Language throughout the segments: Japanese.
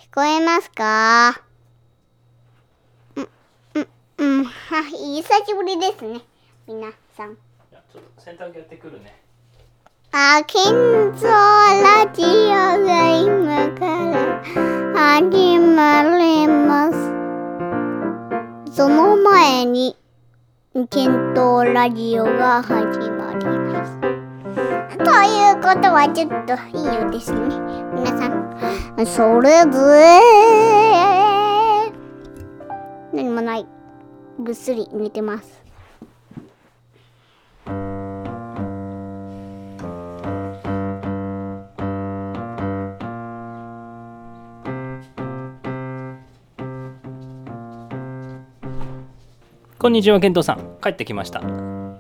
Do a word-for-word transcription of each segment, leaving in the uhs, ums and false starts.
こえますか？うん、うん、うん、は、久しぶりですね、皆さん。 いや、ちょっと洗濯やってくるね。 あ、ケンゾーラジオが今から始まります。その前に、ケントーラジオが始まります。ということはちょっといいよですね。皆さん、それぞれ何もない。ぐっすり寝てます。 こんにちは、ケントさん。帰ってきました。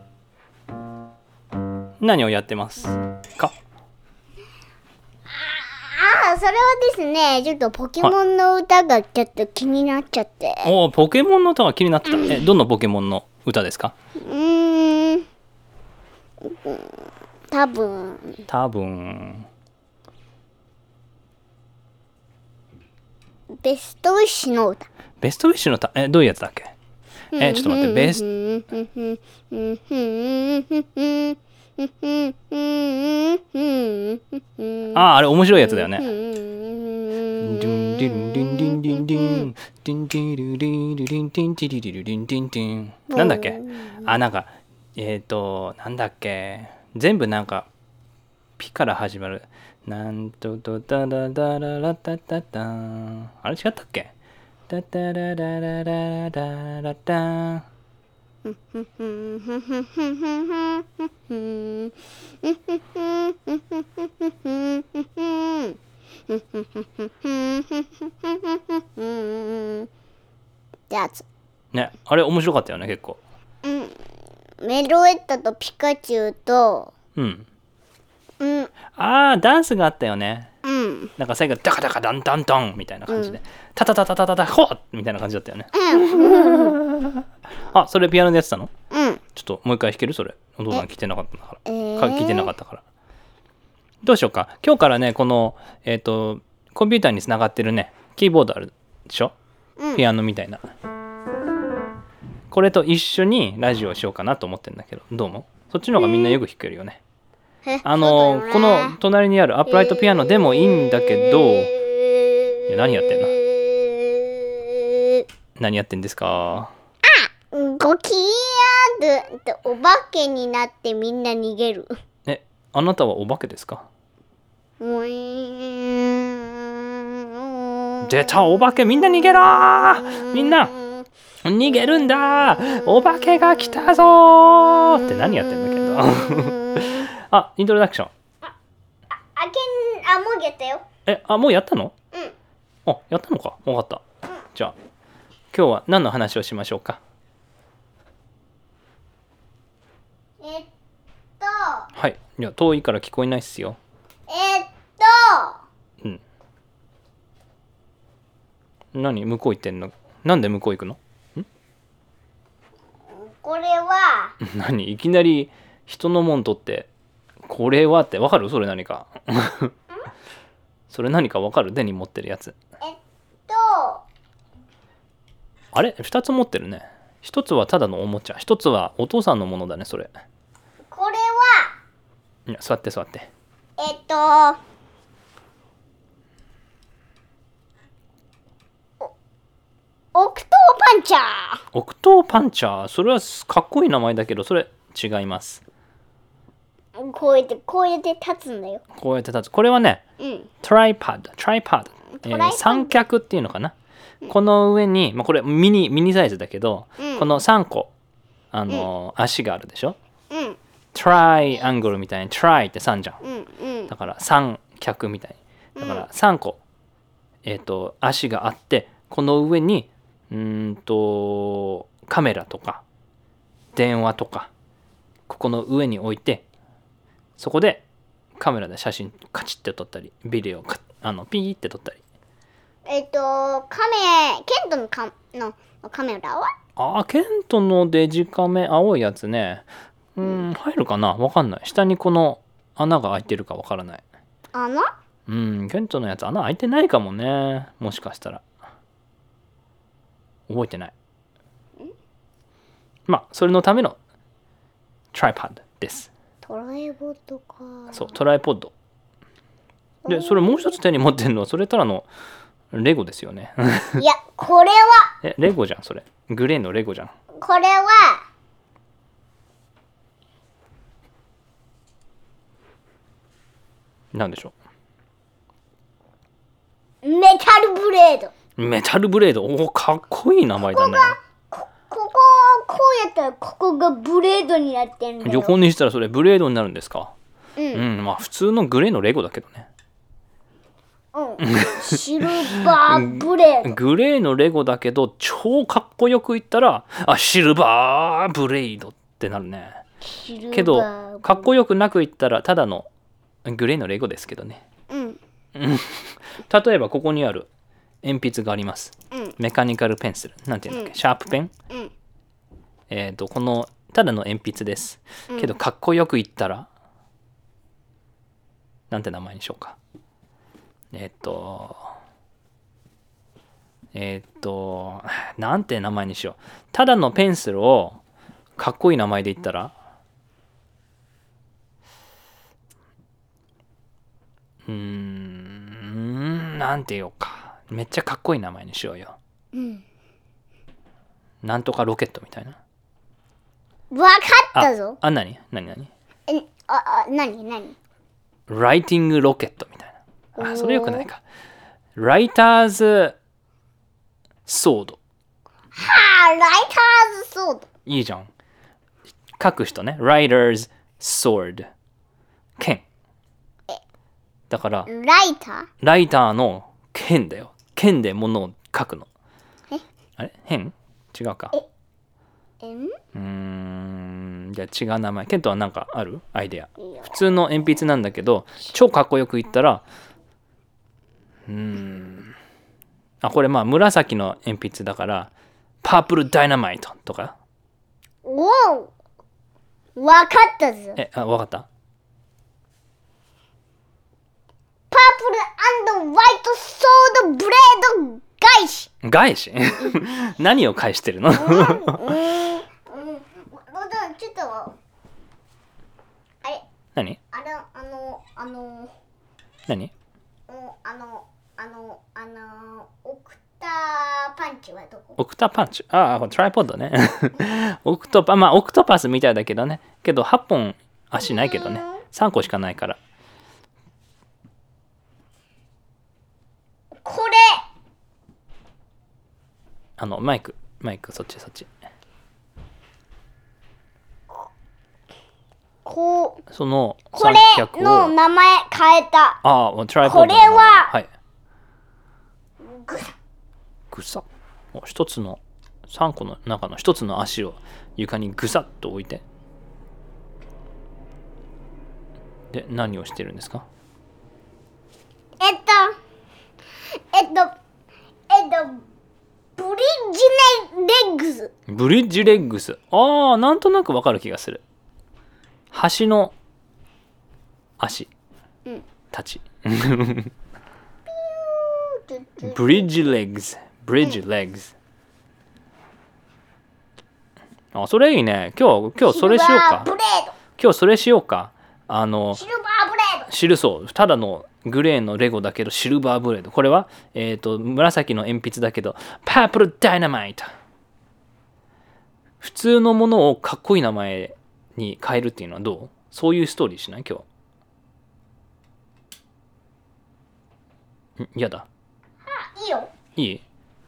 何をやってますか？ ああ、それはですね、ちょっとポケモンの歌がちょっと気になっちゃって。 おお、ポケモンの歌が気になってた。え、どんなポケモンの歌ですか？ うーん、多分多分ベストウィッシュの歌。 ベストウィッシュの歌。え、どういうやつだっけ？え、ちょっと待って。ベスああ、あれ面白いやつだよね。なんだっけ？あ、なんかえっとなんだっけ？全部なんかピから始まる。なんととダラダララタタタン。あれ違ったっけ？タタララララララタン。 やつね、あれ面白かったよね、結構。 うん、メロエッタとピカチュウとうんうん、 ああ、ダンスがあったよね。 うん、 なんか最後ダカダカダンダンダンみたいな感じで、うん、タタタタタタタホッみたいな感じだったよね。 うん、 あ、それピアノでやってたの？ うん。 ちょっともう一回弾ける？それお父さん聞いてなかったから、 えー、 聞いてなかったから。どうしようか。今日からね、このえっ、ー、とコンピューターにつながってるねキーボードあるでしょ、うん、ピアノみたいな。これと一緒にラジオをしようかなと思ってるんだけど、どうもそっちの方がみんなよく弾けるよね。あのこの隣にあるアップライトピアノでもいいんだけど、いや何やってんの？何やってんですか？ あ、ゴキヤーってお化けになってみんな逃げる。 え、あなたはお化けですか？出た、お化け。みんな逃げろー。みんな逃げるんだ。お化けが来たぞーって何やってんだけど。あ、イントロダクション。 あ、あ、あけん、あ、もうやったよ。 え、あ、もうやったの？ うん。 あ、やったのか。分かった。 うん、 じゃあ、今日は何の話をしましょうか。 えっと。 はい。いや、遠いから聞こえないっすよ。 えっと。 うん。何向こう行ってんの？なんで向こう行くの？ん？ これは。 何いきなり人のもん取って。これはって分かる？それ何か。それ何か分かる？手に持ってるやつ。 えっとあれふたつ持ってるね。ひとつはただのおもちゃ、ひとつはお父さんのものだね。それこれは。 いや、座って座って。 えっとオクトーパンチャー。 オクトーパンチャー。それはかっこいい名前だけど、それ違います。 こうやってこうやって立つんだよ。 こうやって立つ。これはね、 うん、 トライパッド、トライパッド、えー、三脚っていうのかな、うん、この上に、まあ、これミニミニサイズだけど、うん、このさんこあの、うん、足があるでしょ、うん、トライアングルみたいにトライってさんじゃん、うんうん、だから三脚みたいに、だからさんこ、えーと、足があって、この上にうーんとカメラとか電話とかここの上に置いて、そこでカメラで写真カチッて撮ったり、ビデオあのピーって撮ったり。 えっとカメケントのカのカメラは？ あ、ケントのデジカメ青いやつね。うん、入るかな、わかんない。下にこの穴が開いてるかわからない。 穴？ うん、ケントのやつ穴開いてないかもね。もしかしたら。覚えてない。まあ、それのためのトライポッドです。 トライポッドか。 そう、トライポッド。で、それもう一つ手に持ってるのは、それただのレゴですよね。 いや、これは。 え、レゴじゃん、それ。グレーのレゴじゃん。 これは。 なんでしょう。メタルブレード。 メタルブレード。おお、かっこいい名前だね。 ここここうやったらここがブレードになってんだよ。 横にしたらそれブレードになるんですか。 うん、 うん、まあ普通のグレーのレゴだけどね。 うん、シルバーブレード。 グレーのレゴだけど超かっこよく言ったらあシルバーブレードってなるね。けどかっこよくなく言ったらただのグレーのレゴですけどね。 うん、 例えばここにある鉛筆があります。 うん、 メカニカルペンシルなんていうんだっけ、うん、シャープペン、うん、えっとこのただの鉛筆です、うん、けどかっこよく言ったらなんて名前にしようか。えっとえっとなんて名前にしよう。ただのペンシルをかっこいい名前で言ったらうーんなんて言おうか。めっちゃかっこいい名前にしようよ、うん、なんとかロケットみたいな。 わかったぞ。 あ、あ、なになになにえ、あ、あ、なになにライティングロケットみたいな。あ、それよくないか。ライターズソード。 はあ、ライターズソード。 いいじゃん。書く人ね。ライターズソード。剣。だから、 ライターライターの剣だよ。剣で物を書くの。 えあれ変違うか。 ええんうーん。じゃあ違う名前。ケントは何かあるアイデア。普通の鉛筆なんだけど、超かっこよく言ったら、うーん。あ、これまあ紫の鉛筆だから、パープルダイナマイトとか。 おおわかったぞ。 え、あ、わかった。 パープル&ホワイトソードブレード返し。 返し何を返してるの？うん、うん、うん、ちょっとあれ何？ あれあのあの何？ あのあのあのオクタパンチはどこ？ オクタパンチ。ああ、トライポッドね。オクトパまあオクトパスみたいだけどね。けどはっぽん足ないけどね。さんこしかないから。 これあのマイクマイクそっちそっち。 こうそのこれの名前変えた。 ああ、トライポッドの名前。 これははい。 ぐさぐさ。一つのさんこの中の一つの足を床にぐさっと置いて。で何をしてるんですか？ えっとえっとえっとブリッジレッグス。 ブリッジレッグス。ああ、なんとなくわかる気がする。橋の足たち。ブリッジレッグス。ブリッジレッグス。あ、それいいね。今日今日それしようか。今日それしようか。あのシルバーブレード。 シルソーただのグレーのレゴだけどシルバーブレード。これはえっと紫の鉛筆だけどパープルダイナマイト。普通のものをかっこいい名前に変えるっていうのはどう？そういうストーリーしない今日。嫌だ。 いいよ。 いい？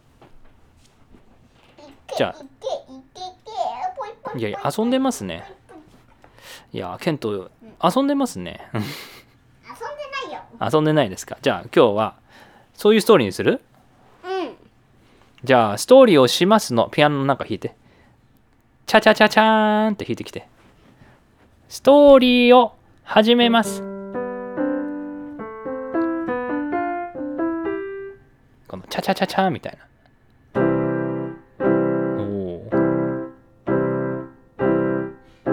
じゃあいやいや遊んでますね。いやケント遊んでますね。 遊んでないよ。 遊んでないですか。じゃあ今日はそういうストーリーにする？ うん。 じゃあストーリーをしますの。ピアノの中弾いて。チャチャチャチャーンって弾いてきて。ストーリーを始めます。このチャチャチャチャーンみたいな。おお。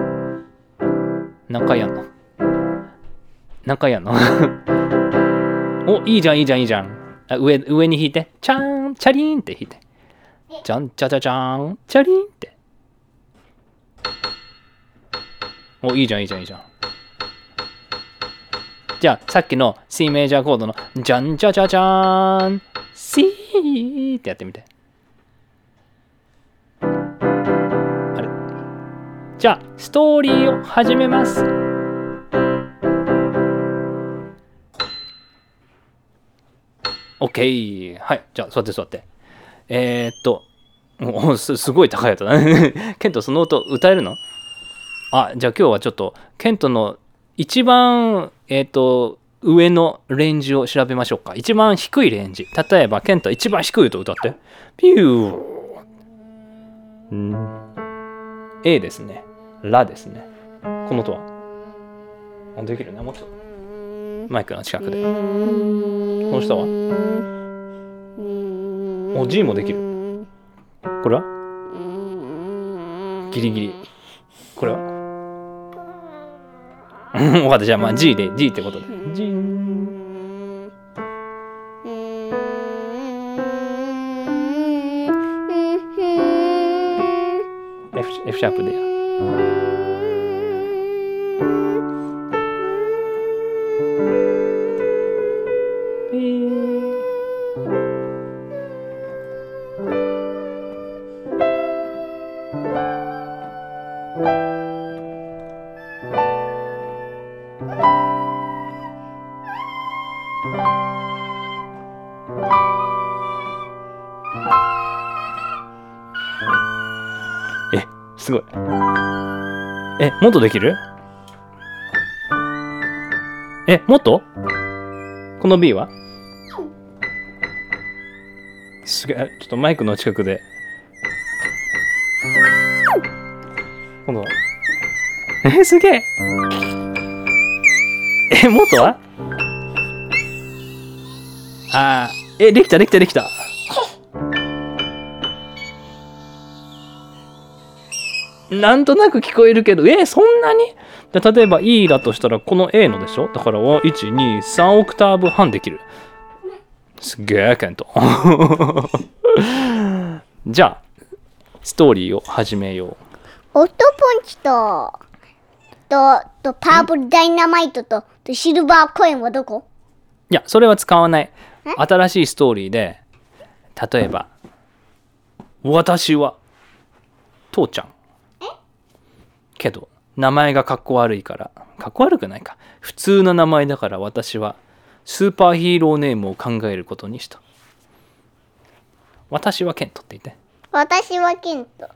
何回やんの？何回やんの？ お、いいじゃんいいじゃんいいじゃん。あ、上上に引いて。チャーンチャリーンって引いて。じゃんチャチャチャーンチャリーンって。お、いいじゃんいいじゃんいいじゃん。じゃあさっきの C メジャーコードのじゃんチャチャチャーン C ってやってみて。あれ。じゃあストーリーを始めます。OK。はい。じゃあ座って座って。えー、っとおす、すごい高い音だね。ケントその音歌えるの？あ、じゃあ今日はちょっとケントの一番えー、っと上のレンジを調べましょうか。一番低いレンジ。例えばケント一番低い音歌って。ピュー。ん A ですね。ラですね。この音はあできるね。もっとマイクの近くで。この下はお G もできる。これはギリギリ。これは分かった。じゃあまあ G で G ってことで G ン F, F シャープでや。え、すごい。え、もっとできる？え、もっと？この B は？すげえ、ちょっとマイクの近くで。今度は？え、すげえ。え、もっとは？あー、え、できたできたできた。なんとなく聞こえるけど、えー、そんなに？で例えば E だとしたらこの A のでしょ。だからいち、に、さんオクターブ半できる。すげえケント。じゃあストーリーを始めよう。 ホットポンチとととパープルダイナマイトととシルバーコインはどこ？ いや、それは使わない。新しいストーリーで、例えば私は父ちゃんけど名前がかっこ悪いから、かっこ悪くないか、普通の名前だから私はスーパーヒーローネームを考えることにした。私はケントって言って。 私はケント。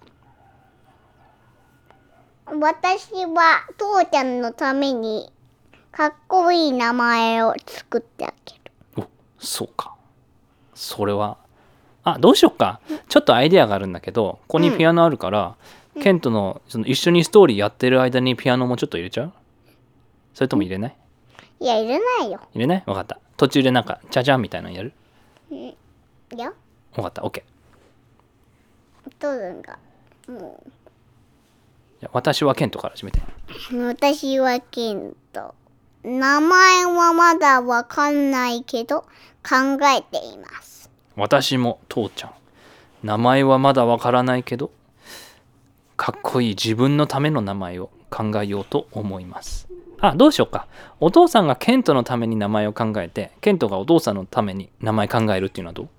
私は父ちゃんのためにかっこいい名前を作ってあげる。 お、そうか。それはあ、どうしよっか。ちょっとアイデアがあるんだけど、ここにピアノあるから、うん、ケントのその一緒にストーリーやってる間にピアノもちょっと入れちゃう？それとも入れない？ いや、入れないよ。 入れない？分かった。途中でなんかチャチャンみたいなのやる？ うん、いや。 分かった。OK。 お父さんがもう。 じゃ私はケントから始めて。 私はケント。名前はまだわかんないけど考えています。 私も父ちゃん。名前はまだわからないけどかっこいい自分のための名前を考えようと思います。あ、どうしようか。お父さんがケントのために名前を考えて、ケントがお父さんのために名前考えるっていうのはどう？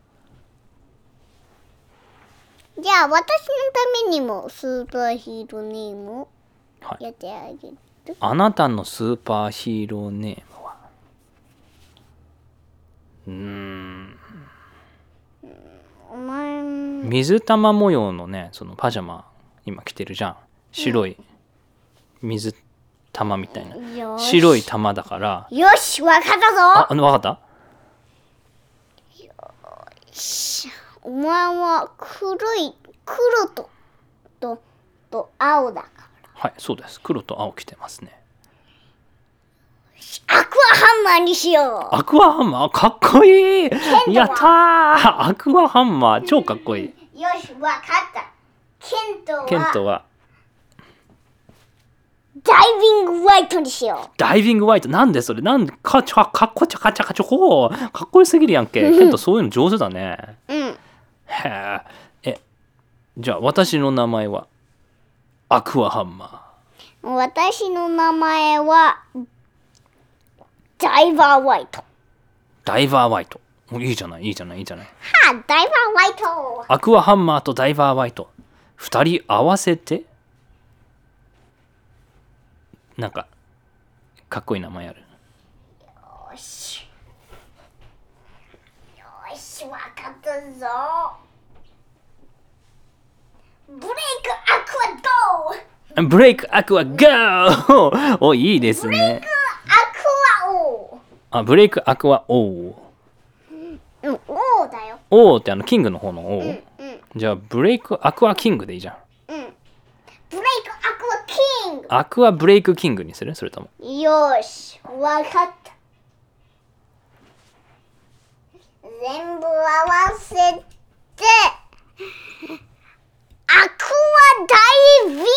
じゃあ私のためにもスーパーヒーローネームをやってあげる、はい、 あなたのスーパーヒーローネームはうーんお前水玉模様のね、そのパジャマ今着てるじゃん。白い水玉みたいな、白い玉だから。 よし、わかったぞ。 あ、わかった？ よし、お前は黒い黒ととと青だから。 はい、そうです。黒と青着てますね。 アクアハンマーにしよう。 アクアハンマーかっこいい。やったー。アクアハンマー超かっこいい。 よし、わかった。ケントはケントはダイビングワイトにしよう。 ダイビングワイト。なんでそれなんでかちゃかっこちゃかちゃかちゃこう。かっこよすぎるやんけ。ケントそういうの上手だね。 うん。 へえ。え、じゃあ私の名前はアクアハンマー。私の名前はダイバーワイト。 ダイバーワイト。いいじゃないいいじゃないいいじゃない。 はあ、ダイバーワイト。 アクアハンマーとダイバーワイト。二人合わせてなんかかっこいい名前ある。 よし。よし、わかったぞ。ブレイクアクアゴー。 ブレイクアクアゴーお、いいですね。 ブレイクアクアオー。 あ、ブレイクアクアオー。 うん、オーだよ。 オーってあのキングの方のオー、 うんうん、 じゃあブレイクアクアキングでいいじゃん。 うん。ブレイクアクアキング。 アクアブレイクキングにするそれとも。 よし、わかった。全部合わせてアクアダイビングハンマー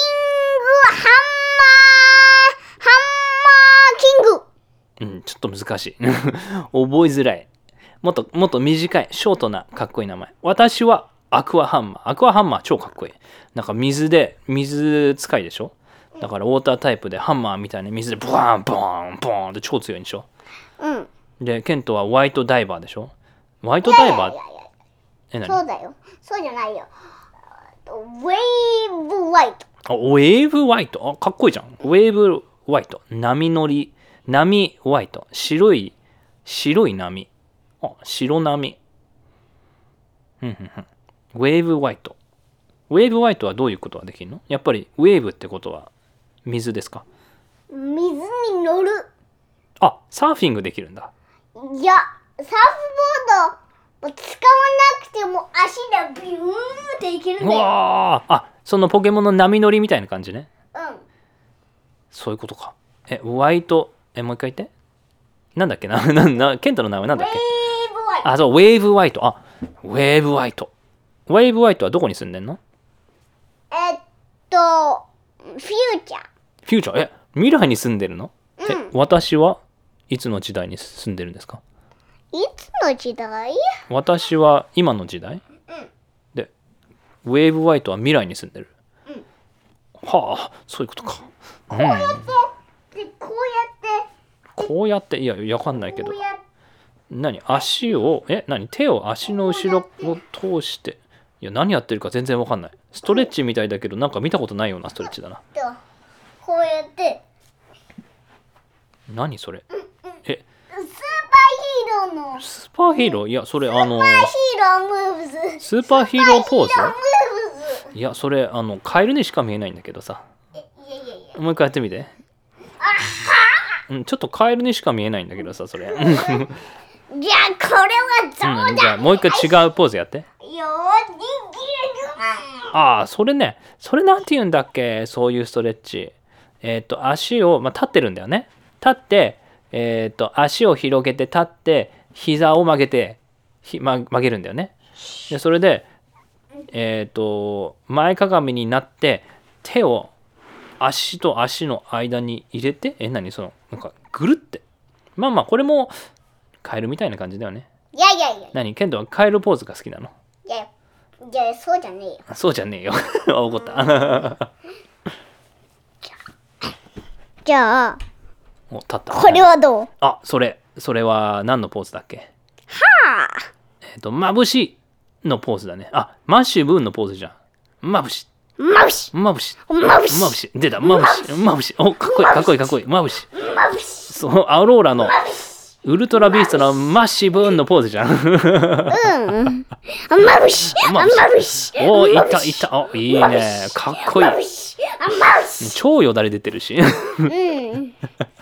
ハンマーキング。 うん、ちょっと難しい。覚えづらい。もっともっと短いショートなかっこいい名前。私はアクアハンマー。アクアハンマー超かっこいい。なんか水で水使いでしょ。だからウォータータイプでハンマーみたいな水でボーンボーンボーンって超強いんでしょ。 うん。 でケントはホワイトダイバーでしょ。ホワイトダイバー。 いやいやいやいやえ、何？ そうだよ。そうじゃないよ。ウェーブワイト。 あ、ウェーブホワイト。あ、かっこいいじゃん。ウェーブホワイト。波乗り。波ホワイト。白い白い波。あ、白波。ふんふんふん。ウェーブホワイト。ウェーブホワイトはどういうことができるの？やっぱりウェーブってことは水ですか？ 水に乗る。 あ、サーフィングできるんだ。 いや、サーフボードを使わなくても足でビューっていけるんうだよ。 わー、あ、そのポケモンの波乗りみたいな感じね。 うん。 そういうことか。え、ホワイト、え、もう一回言って。なんだっけな、な、な、ケントの名前なんだっけ？ ウェーブワイト。 あ、そう、ウェーブホワイト。あ、ウェーブホワイト。ウェーブホワイトはどこに住んでんの？ えっと、フューチャー。 フューチャー、え、未来に住んでるの？ うん、 え、私はいつの時代に住んでるんですか？ いつの時代？ 私は今の時代？ うん。 で、ウェーブホワイトは未来に住んでる。 うん。 はあ、そういうことか。 こうやって、うん、で、こうやって。 こうやって、いや、わかんないけど。 こうやって何？足を、え、何？手を足の後ろを通して。いや、何やってるか全然わかんない。ストレッチみたいだけど、なんか見たことないようなストレッチだな。 こうやって。 何それ？え、 スーパーヒーローの。 スーパーヒーロー？いや、それあのスーパーヒーロームーブズ。 スーパーヒーローポーズ？ スーパーヒーロームーブズ。 いや、それあのカエルにしか見えないんだけどさ。 いやいやいや。 もう一回やってみて。うん、ちょっとカエルにしか見えないんだけどさ、それ。 じゃあこれはそううん、じゃあもう一回違うポーズやって。 よーにぎる。 ああ、それね、それなんて言うんだっけ、そういうストレッチ。えっと、足を、まあ、立ってるんだよね。立って、えっと、足を広げて立って、膝を曲げて、ひ、ま、曲げるんだよね。で、それで、えっと、前かがみになって、手を足と足の間に入れて、え、何その、なんか、ぐるって。まあまあ、これも、カエルみたいな感じだよね。 いやいやいや。 何ケントはカエルポーズが好きなの？ いやいや、そうじゃねえよ。 そうじゃねえよ。怒った。 じゃあ、 お、立った。 これはどう？ あ、それ。それは何のポーズだっけ？ はあ。 えっと、まぶしのポーズだね。あ、マッシュブーンのポーズじゃん。まぶし。 まぶし。 まぶし。 まぶし。 まぶし。出た。まぶし。まぶし。お、かっこいい。かっこいい。かっこいい。まぶし。 まぶし。 そう、アローラのウルトラビーストのマッシュブーンのポーズじゃん。 うん。まぶし。まぶし。 お、いた、いた。お、いいね。かっこいい。 まぶし。まぶし。 超よだれ出てるし。 うん。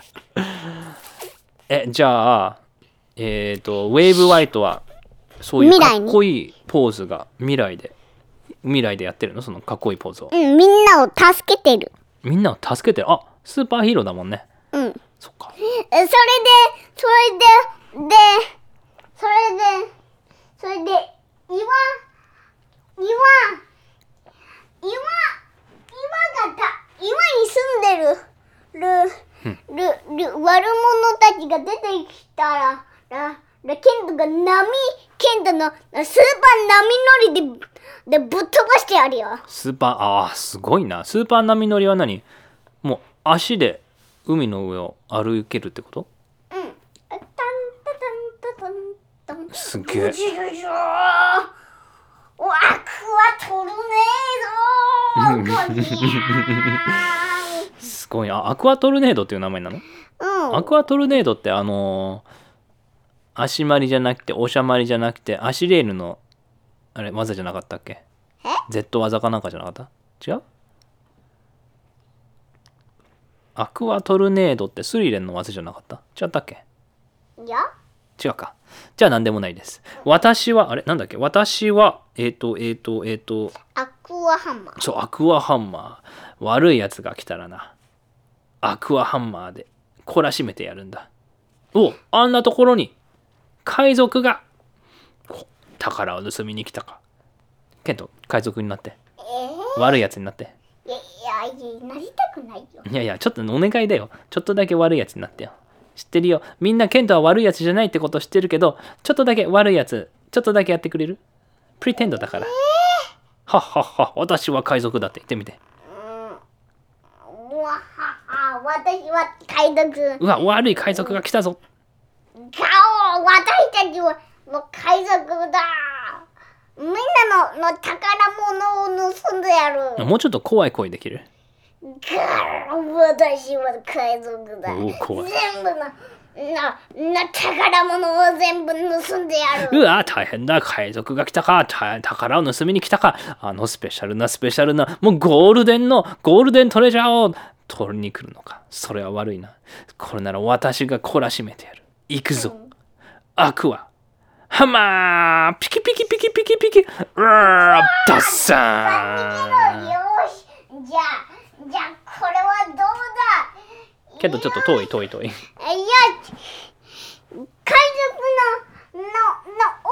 え、じゃあ、えっと、ウェーブホワイトは、そういうかっこいいポーズが未来で、未来でやってるの？そのかっこいいポーズを。 うん、みんなを助けてる。 みんなを助けてる。あ、スーパーヒーローだもんね。 うん。 そっか。 それで、それで、で、それで、それで、岩、岩、岩、岩がた、岩に住んでるが出てきたら、らケントが波、ケントのスーパー波乗りで、でぶっ飛ばしてやるよ。 スーパー、ああ、すごいな。スーパー波乗りは何？もう足で海の上を歩けるってこと？ うん。タンタタンタタンタン。 すげえ。 ワクワトルネードすごいな。アクアトルネードっていう名前なの？ うん、 アクアトルネードってあのー、足まりじゃなくておしゃまりじゃなくて足レールのあれ技じゃなかったっけ？ え Z 技かなんかじゃなかった？違う？アクアトルネードってスリレンの技じゃなかった？違ったっけ？ いや違うか。じゃあ何でもないです。私はあれなんだっけ？私はえっ、ー、とえっ、ー、とえっ、ー、とアクアハンマー。 そうアクアハンマー。悪いやつが来たらなアクアハンマーで懲らしめてやるんだ。お、あんなところに海賊が宝を盗みに来たか。ケント海賊になって、 えー、 悪いやつになって。 いやいやなりたくないよ。 いやいやちょっとお願いだよ。ちょっとだけ悪いやつになってよ。知ってるよ。みんなケントは悪いやつじゃないってこと知ってるけど、ちょっとだけ悪いやつちょっとだけやってくれる？プリテンドだから、えー、はっはっは私は海賊だって言ってみて。 うわはは私は海賊。 うわ悪い海賊が来たぞ。 ガオ私たちはもう海賊だ。みんなの、の宝物を盗んでやる。 もうちょっと怖い声できる？ ガー私は海賊だ。 お怖い。 全部のなな宝物を全部盗んでやる。 うわ大変だ海賊が来たか。宝を盗みに来たか。あのスペシャルなスペシャルなもうゴールデンのゴールデントレジャーを取りに来るのか。それは悪いな。これなら私が懲らしめてやる。行くぞ、うん、アクアハンマーピキピキピキピキピキうわーダッサーン。 よしじゃあじゃあこれはどうだ。 けどちょっと遠い遠い遠い。いや海賊ののの王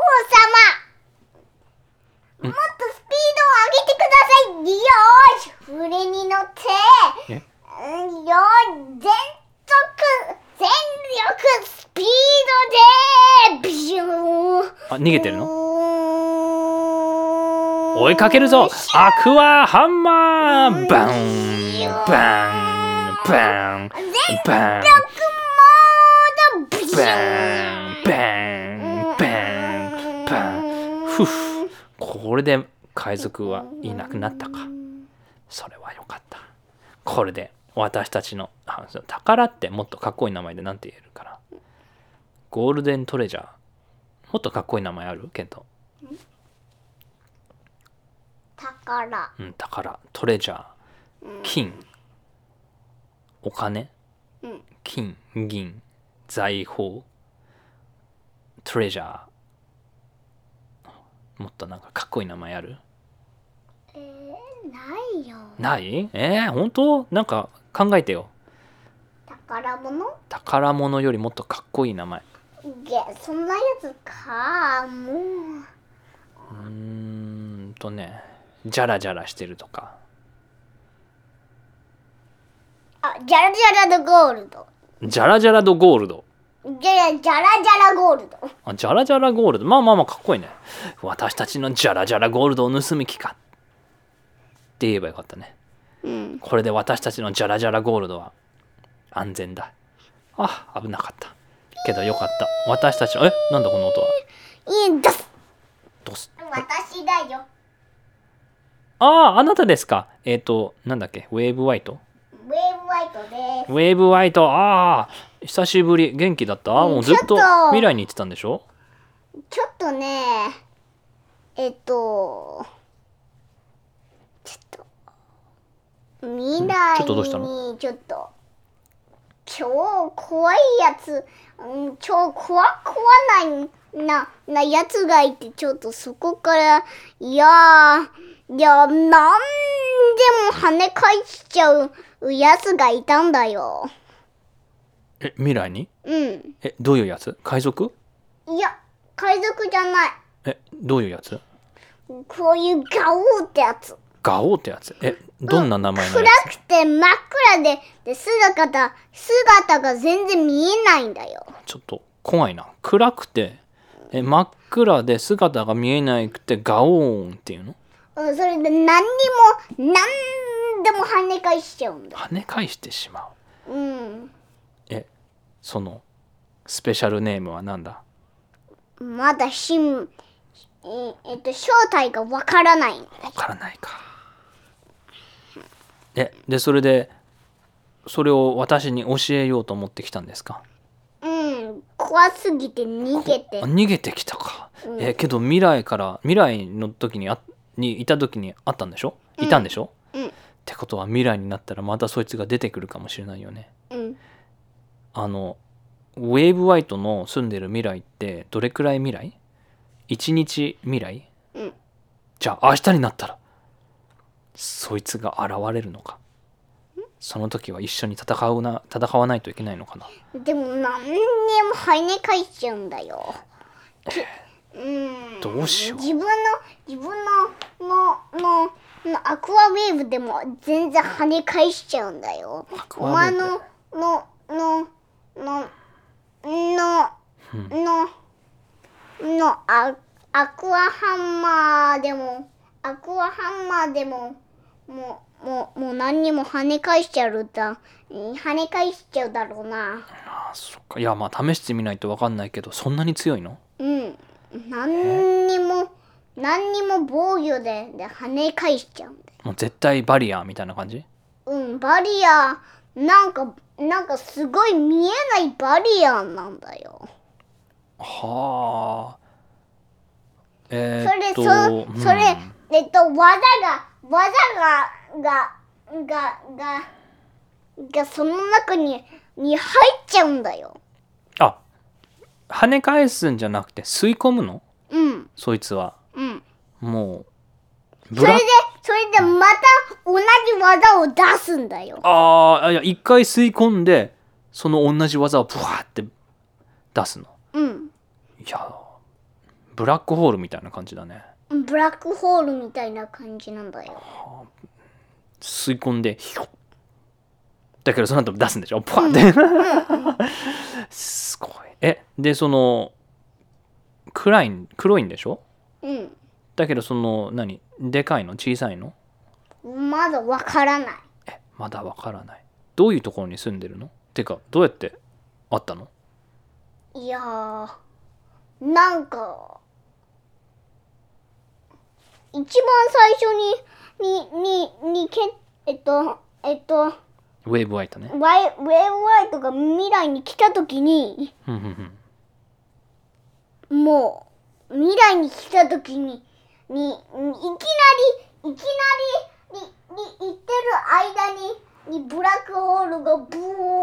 様、もっとスピードを上げてください。よーし船に乗ってよー全速全力スピードでビシュー。 あ逃げてるの？追いかけるぞアクアハンマーバンバンバンバンバンバンバンバンふふこれで海賊はいなくなったか。それはよかった。これで私たちの宝ってもっとかっこいい名前でなんて言えるかな。ゴールデントレジャーもっとかっこいい名前ある？ケント。 宝、 うん、宝、トレジャー、金、お金、 うん、 金、銀、財宝、トレジャー。もっとなんかかっこいい名前ある？ えー、ないよ。 ない？えー、本当？なんか考えてよ。 宝物？ 宝物よりもっとかっこいい名前。 いや、そんなやつか、もう。 うーんとね、ジャラジャラしてるとか。 あ、ジャラジャラドゴールド。 ジャラジャラドゴールド。 ジャラジャラジャラゴールド。 あ、ジャラジャラゴールド。まあまあまあかっこいいね。私たちのジャラジャラゴールドを盗み気かって言えばよかったね。 うん、 これで私たちのジャラジャラゴールドは安全だ。あ、危なかった。けどよかった。私たちの、え、なんだこの音は。 いいドス。 ドス。 私だよ。 ああ、あなたですか。えっ、ー、と、なんだっけ、ウェーブワイト。 ウェーブワイトです。 ウェーブワイト、ああ、久しぶり。元気だった？もうずっと未来に行ってたんでしょ？ ちょっとね、えっと、ちょっと、未来にちょっとどうしたの？ちょっと、超怖いやつ、うん、超怖怖ないな、なやつがいて、ちょっとそこから、いやー、いや、なんでも跳ね返しちゃうやつがいたんだよ。 え、未来に？ うん。 え、どういうやつ？海賊？ いや、海賊じゃない。 え、どういうやつ？ こういうガオーってやつ。 ガオってやつ。え、どんな名前の暗やくて真っ暗で、で姿姿が全然見えないんだよ。 つ？ちょっと怖いな。暗くてえ真っ暗で姿が見えなくてガオーンっていうの？ うん、それで何にも何でも跳ね返しちゃうんだ。 跳ね返してしまう。 うん。 え、そのスペシャルネームはなんだ？ まだしんええっと正体がわからない。 わからないか。え、でそれでそれを私に教えようと思ってきたんですか？ うん、怖すぎて逃げて。 逃げてきたか。 うん、 え、けど未来から未来の時にあにいた時にあったんでしょ？いたんでしょ？ うん。うん、 ってことは未来になったらまたそいつが出てくるかもしれないよね。 うん。 あのウェーブワイトの住んでる未来ってどれくらい未来？いちにち未来？ うん。 じゃあ明日になったらそいつが現れるのか。その時は一緒に戦うな戦わないといけないのかな。 でも何にも跳ね返しちゃうんだよ。うん。 どうしよう。 自分の自分ののののアクアウェーブでも全然跳ね返しちゃうんだよ。お前のののののののアアクアハンマーでもアクアハンマーでももうもうもう何にも跳ね返しちゃうだ跳ね返しちゃうだろうな。 ああ、そっか。いや、まあ試してみないと分かんないけど、そんなに強いの？ うん。何にも何にも防御でで跳ね返しちゃうんだよ。 もう絶対バリアみたいな感じ？ うん、バリアなんかなんかすごい見えないバリアなんだよ。 はあ。えー、っとそれそそれ、うん、えっと技が技がががががその中にに入っちゃうんだよ。 あ、跳ね返すんじゃなくて吸い込むの？ うん。 そいつは。 うん。 もうそれでそれでまた同じ技を出すんだよ。 ああ、いや一回吸い込んでその同じ技をブワーって出すの。 うん。 いやブラックホールみたいな感じだね。 ブラックホールみたいな感じなんだよ。はあ、 吸い込んでだけどその後出すんでしょ？パッて、うんうん、すごい。えでその暗い黒いんでしょ？うん。だけどその何でかいの小さいの？ まだわからない。 えまだわからない。どういうところに住んでるの？てかどうやって会ったの？ いやーなんか一番最初ににににけえっとえっとウェーブワイトね。 ウェーブワイトが未来に来た時にもう未来に来た時ににいきなりいきなりにに行ってる間ににブラックホールがブー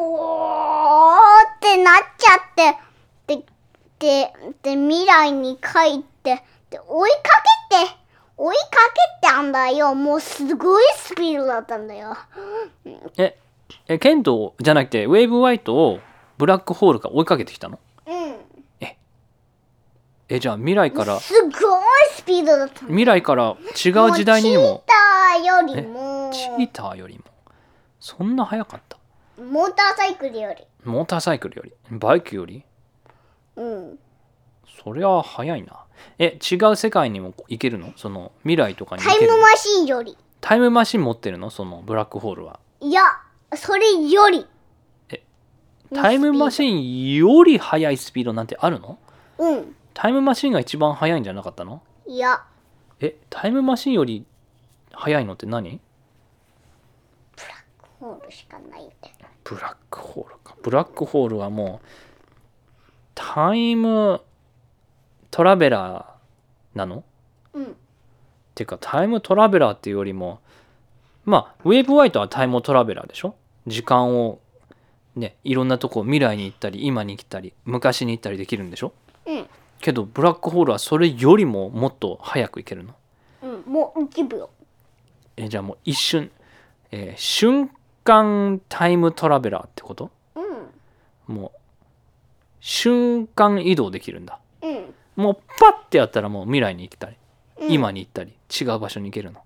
ってなっちゃってででで未来に帰ってで追いかけて追いかけてあんだよ。もうすごいスピードだったんだよ。 ええケントじゃなくてウェーブワイトをブラックホールが追いかけてきたの？うん。ええじゃあ未来からすごいスピードだったの。 未来から違う時代にもチーターよりもチーターよりもそんな速かった？ モーターサイクルよりモーターサイクルよりバイクよりうんそりゃ速いな。え違う世界にも行けるの？その未来とかに行けるの？ タイムマシンよりタイムマシン持ってるの？そのブラックホールは。 いやそれよりえタイムマシンより速いスピードなんてあるの？うんタイムマシンが一番速いんじゃなかったの？ いやえタイムマシンより速いのって何？ ブラックホールしかないんだよ。 ブラックホールか。ブラックホールはもうタイムトラベラーなの？うんてかタイムトラベラーっていうよりもまあウェーブワイトはタイムトラベラーでしょ？時間をねいろんなとこ未来に行ったり今に来たり昔に行ったりできるんでしょ？うんけどブラックホールはそれよりももっと早く行けるの？ うんもういちびょう。 えじゃあもう一瞬、えー、瞬間タイムトラベラーってこと？うんもう瞬間移動できるんだ。うんもうパッてやったらもう未来に行ったり、うん、今に行ったり違う場所に行けるの？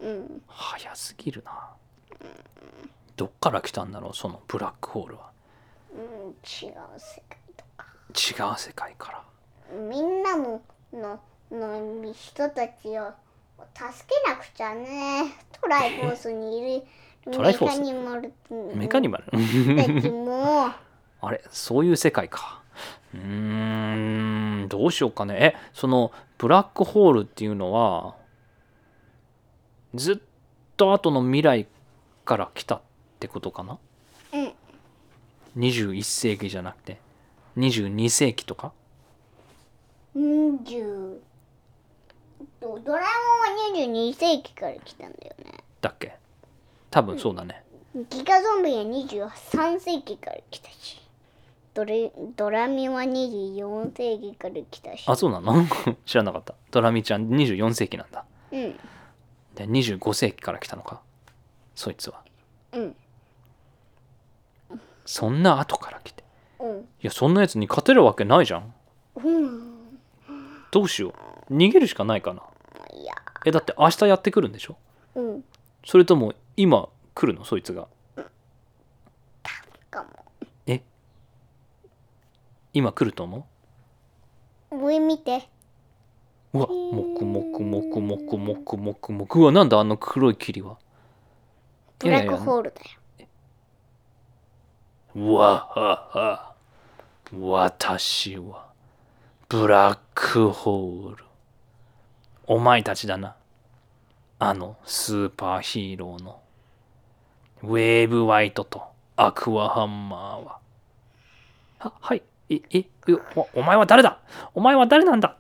うん、 早すぎるな。どっから来たんだろうそのブラックホールは。 うん、違う世界とか。 違う世界から。 みんなののの人たちを助けなくちゃね。トライフォースにいるメカニマルメカニマルたちもあれそういう世界か。うーんどうしようかね。えそのブラックホールっていうのはずっと後の未来から来たってことかな。 うんにじゅういっ世紀じゃなくてにじゅうに世紀とか。 にじゅうドラえもんはにじゅうに世紀から来たんだよね。 だっけ。多分そうだね、 うん、ギガゾンビはにじゅうさん世紀から来たし、ドレドラミはにじゅうよん世紀から来たし。 あそうなの知らなかった。ドラミちゃんにじゅうよん世紀なんだ。 うんでにじゅうご世紀から来たのかそいつは。 うんそんな後から来て、 うん、 いやそんなやつに勝てるわけないじゃん、 うん、 どうしよう。逃げるしかないかな。 いやえだって明日やってくるんでしょ。 うんそれとも今来るのそいつが。 かも。 え今来ると思う上見て。 うわもくもくもくもくもくもくもく。うわなんだあの黒い霧は。 ブラックホールだよ。 うわはは私はブラックホール。お前たちだな。あのスーパーヒーローのウェーブワイトとアクアハンマーは。ははいええおお前は誰だ。お前は誰なんだ。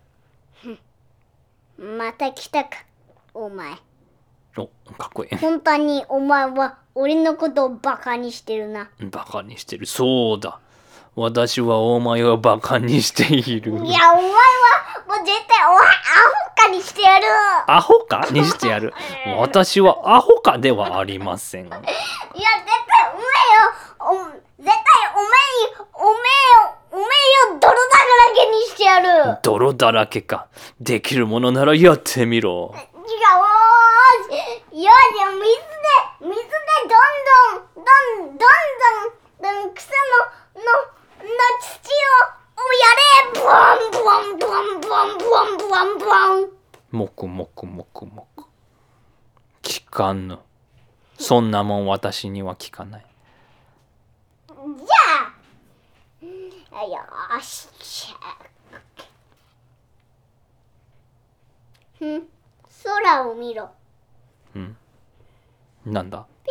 また来たかお前。 おかっこいい。 本当にお前は俺のことをバカにしてるな。 バカにしてる。そうだ私はお前をバカにしている。 いやお前はもう絶対おアホかにしてやる。 アホかにしてやる。私はアホかではありません。いや絶対お前よ。お絶対お前お前よお前よ泥だらけにしてやる。 泥だらけか。できるものならやってみろ。 違うよ。よし水で水でどんどんどんどんどんどん草ののの土ををやれ。ブワンブワンブワンブワンブワンブワンブワン。 もくもくもくもく。聞かぬ。そんなもん私には聞かない。 じゃあよしふん空を見ろ。 うんなんだ。 ピ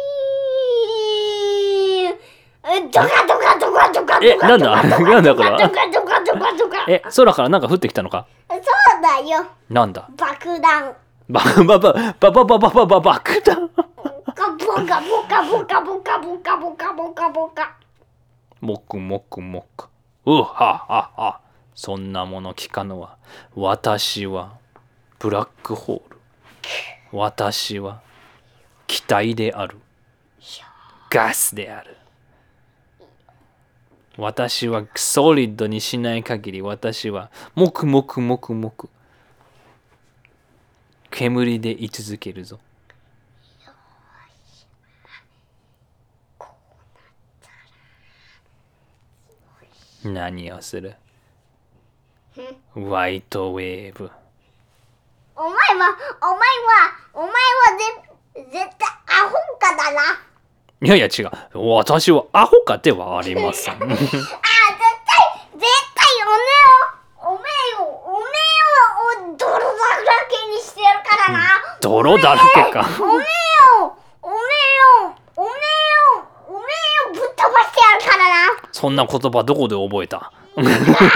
ーンドカドカドカドカ。 えなんだなんだこれは。 ドカドカドカドカ。 え空からなんか降ってきたのか。 そうだよ。 なんだ。 爆弾。 ババババババババババ爆弾。 ボカボカボカボカボカボカボカボカボカ。 もくもくもく。うははは。そんなもの聞かぬわ。私はブラックホール。私は気体である。ガスである。私はソリッドにしない限り私はもくもくもくもく煙で居続けるぞ。何をする。ワイトウェーブ。 お前はお前はお前はぜ絶対アホかだな。 いやいや違う。私はアホかではありません。ああ絶対絶対おめえをおめえをおめえを泥だらけにしてやるからな。 泥だらけか。 おめえをおめえをおめえをおめえをぶっ飛ばしてやるからな。 そんな言葉どこで覚えた。 そんなそんなお前が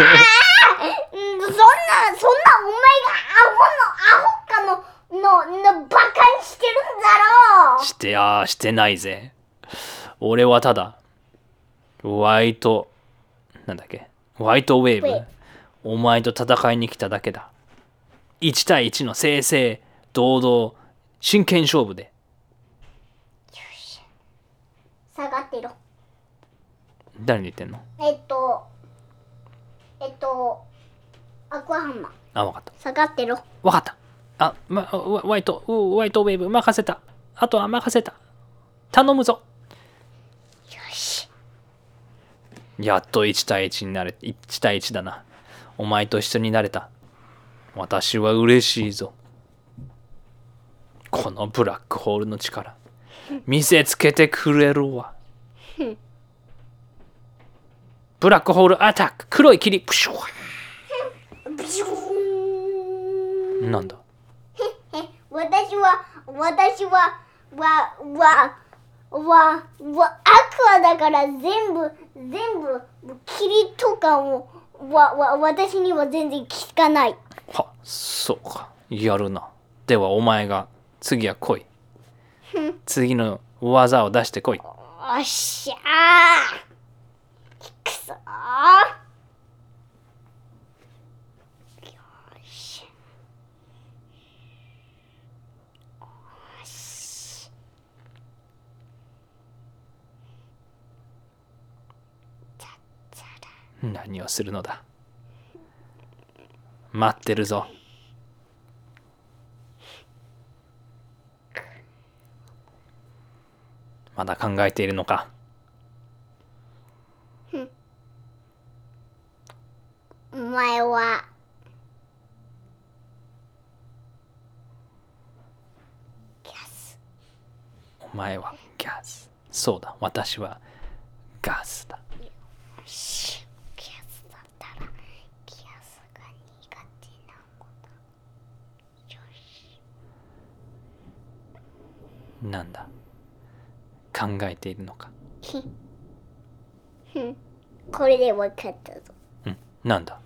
アホのアホかのののバカにしてるんだろう。 してやしてないぜ。俺はただワイトなんだっけワイトウェーブお前と戦いに来ただけだ。いち対いちの正々堂々真剣勝負で。よし下がってろ。 誰に言ってんの。 えっとえっとアクアハンマー。 あ分かった下がってろ。 分かった。 あ、ま、ホワイト、ホワイトウェーブ任せた。あとは任せた。頼むぞ。 よし。 やっといち対いちになれ、いち対いちだな。お前と一緒になれた。私は嬉しいぞ。このブラックホールの力、見せつけてくれるわ。ブラックホールアタック、黒い霧。プシュワなんだ。 私は私はわわわわアクアだから全部全部霧とかもわわ私には全然効かない。 は、そうか。やるな。ではお前が次は来い。次の技を出してこい。 よっしゃー。くそー。 何をするのだ。待ってるぞ。まだ考えているのか。 お前はギャス。 お前はギャス。そうだ、私はガスだ。なんだ、考えているのか。 これで分かったぞ。 うん、なんだ。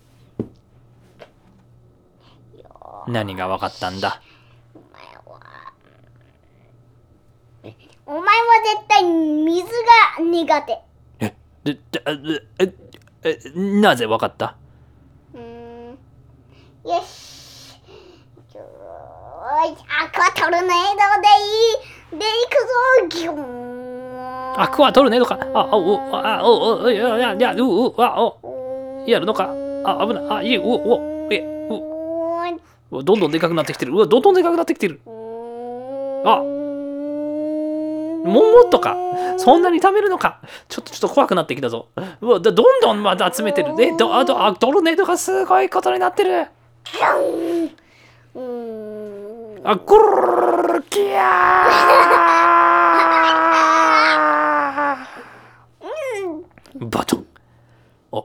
何が分かったんだ。 お前はお前は絶対水が苦手。 え、で、で、え、え、え、なぜ分かった。 うーん、よし。アクアトルネードでいいでいくぞ。ギューン。 アクアトルネードか。あ、お、あ、お、お、いや、いや、いや、う、う、あ、お、やるのか。あ、危ない。あ、いえ、う、お、え、う、どんどんでかくなってきてる。うわ、どんどんでかくなってきてる。あ、もっとか。そんなに貯めるのか。ちょっとちょっと怖くなってきたぞ。うわ、どんどんまた集めてる。え、ど、あと、あ、トルネードがすごいことになってる。あ、ぐるるきゃーバトン。お、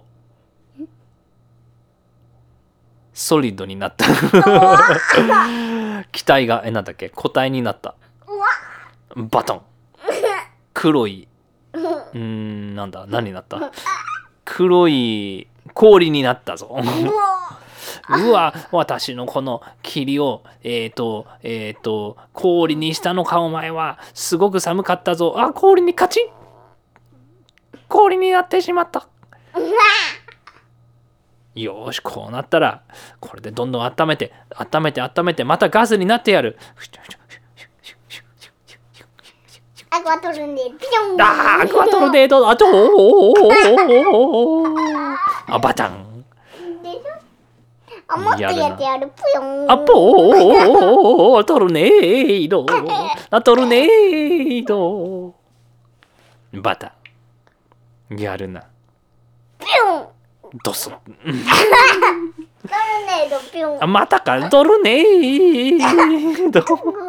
ソリッドになった機体がえなんだっけ固体になった。バトン。黒い、うーん、なんだ、何になった。黒い氷になったぞ。うわ、私のこの霧をえっ、ー、とえっ、ー、と氷にしたのか。お前はすごく寒かったぞ。あ、氷にカチン、氷になってしまった。よし、こうなったらこれでどんどん温めて温めて温めてまたガスになってやる。 アクアトルネード。ピョン。 あー、アクアトルネード。あとあ、バタン。 あ、もっとやってやる。ぷよん。 あ、ポートルネード。あ、トルネード。バタン。やるな。 ぴょん。 ドス。 トルネードぴょん。 あ、またか。トルネード。 目が回るだ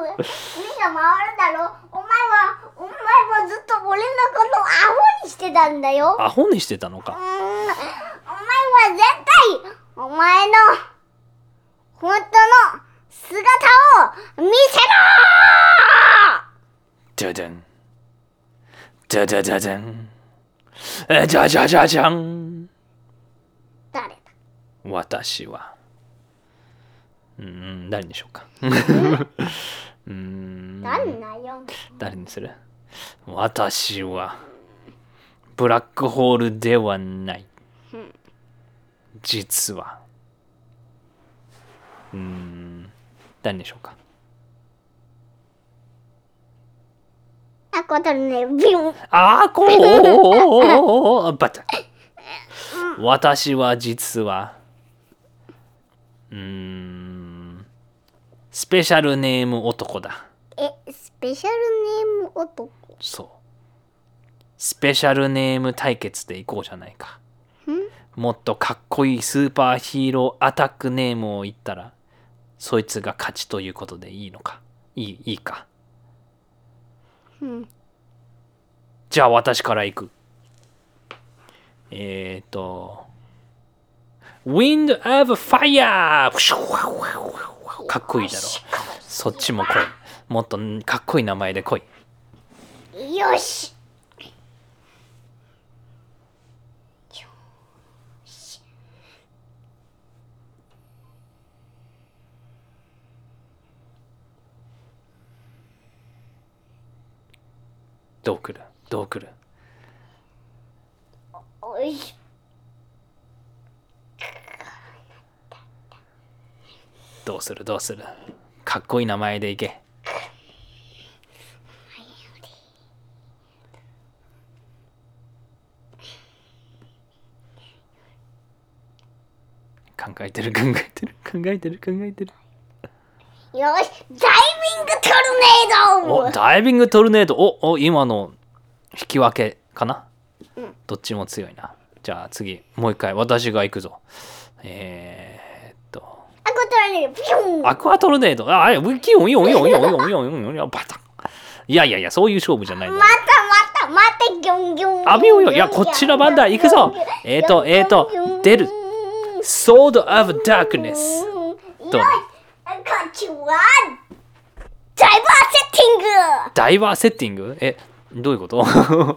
ろ。お前はお前はずっと俺のことをアホにしてたんだよ。 アホにしてたのか。 うーん、お前は絶対お前の本当の姿を見せろー。 じゃじゃん。じゃじゃじゃじゃん。じゃじゃじゃじゃん。 誰だ。 私は。うーん、誰にしようか。うーん。 誰だよ。 誰にする。私はブラックホールではない。実は。うーん。誰でしょうか。 あ、こたるね。ビュン。 あーこーバタ。私は実は。うーん。 スペシャルネーム男だ。 え、スペシャルネーム男。 そう。スペシャルネーム対決でいこうじゃないか。もっとかっこいいスーパーヒーローアタックネームを言ったら、そいつが勝ちということでいいのか。いい、いいか。 うん、 じゃあ私から行く。えっ、ー、と、Wind of Fire! かっこいいだろ。そっちも来い。もっとかっこいい名前で来い。 よし。 どう来るどう来るおいしどうするどうするかっこいい名前でいけ。考えてる考えてる考えてる考えてる。 よし、ダイビングトルネード。 おダイビングトルネード。おお今の引き分けかな、うん、どっちも強いな。じゃあ次もう一回私が行くぞ。えー、っとアクアトルネードピュン。 アクアトルネード。ああウキヨンヨンヨンヨンヨンヨンヨンヨンバタン。いやいやいやそういう勝負じゃないんだ。 またまたまたギョンギョン。 あびよよいやこっちの番だ行くぞ。えー、っとえー、っと出る。Sword of Darkness。どうこっちはダイバーセッティング。 ダイバーセッティングえどういうことえっとダイビング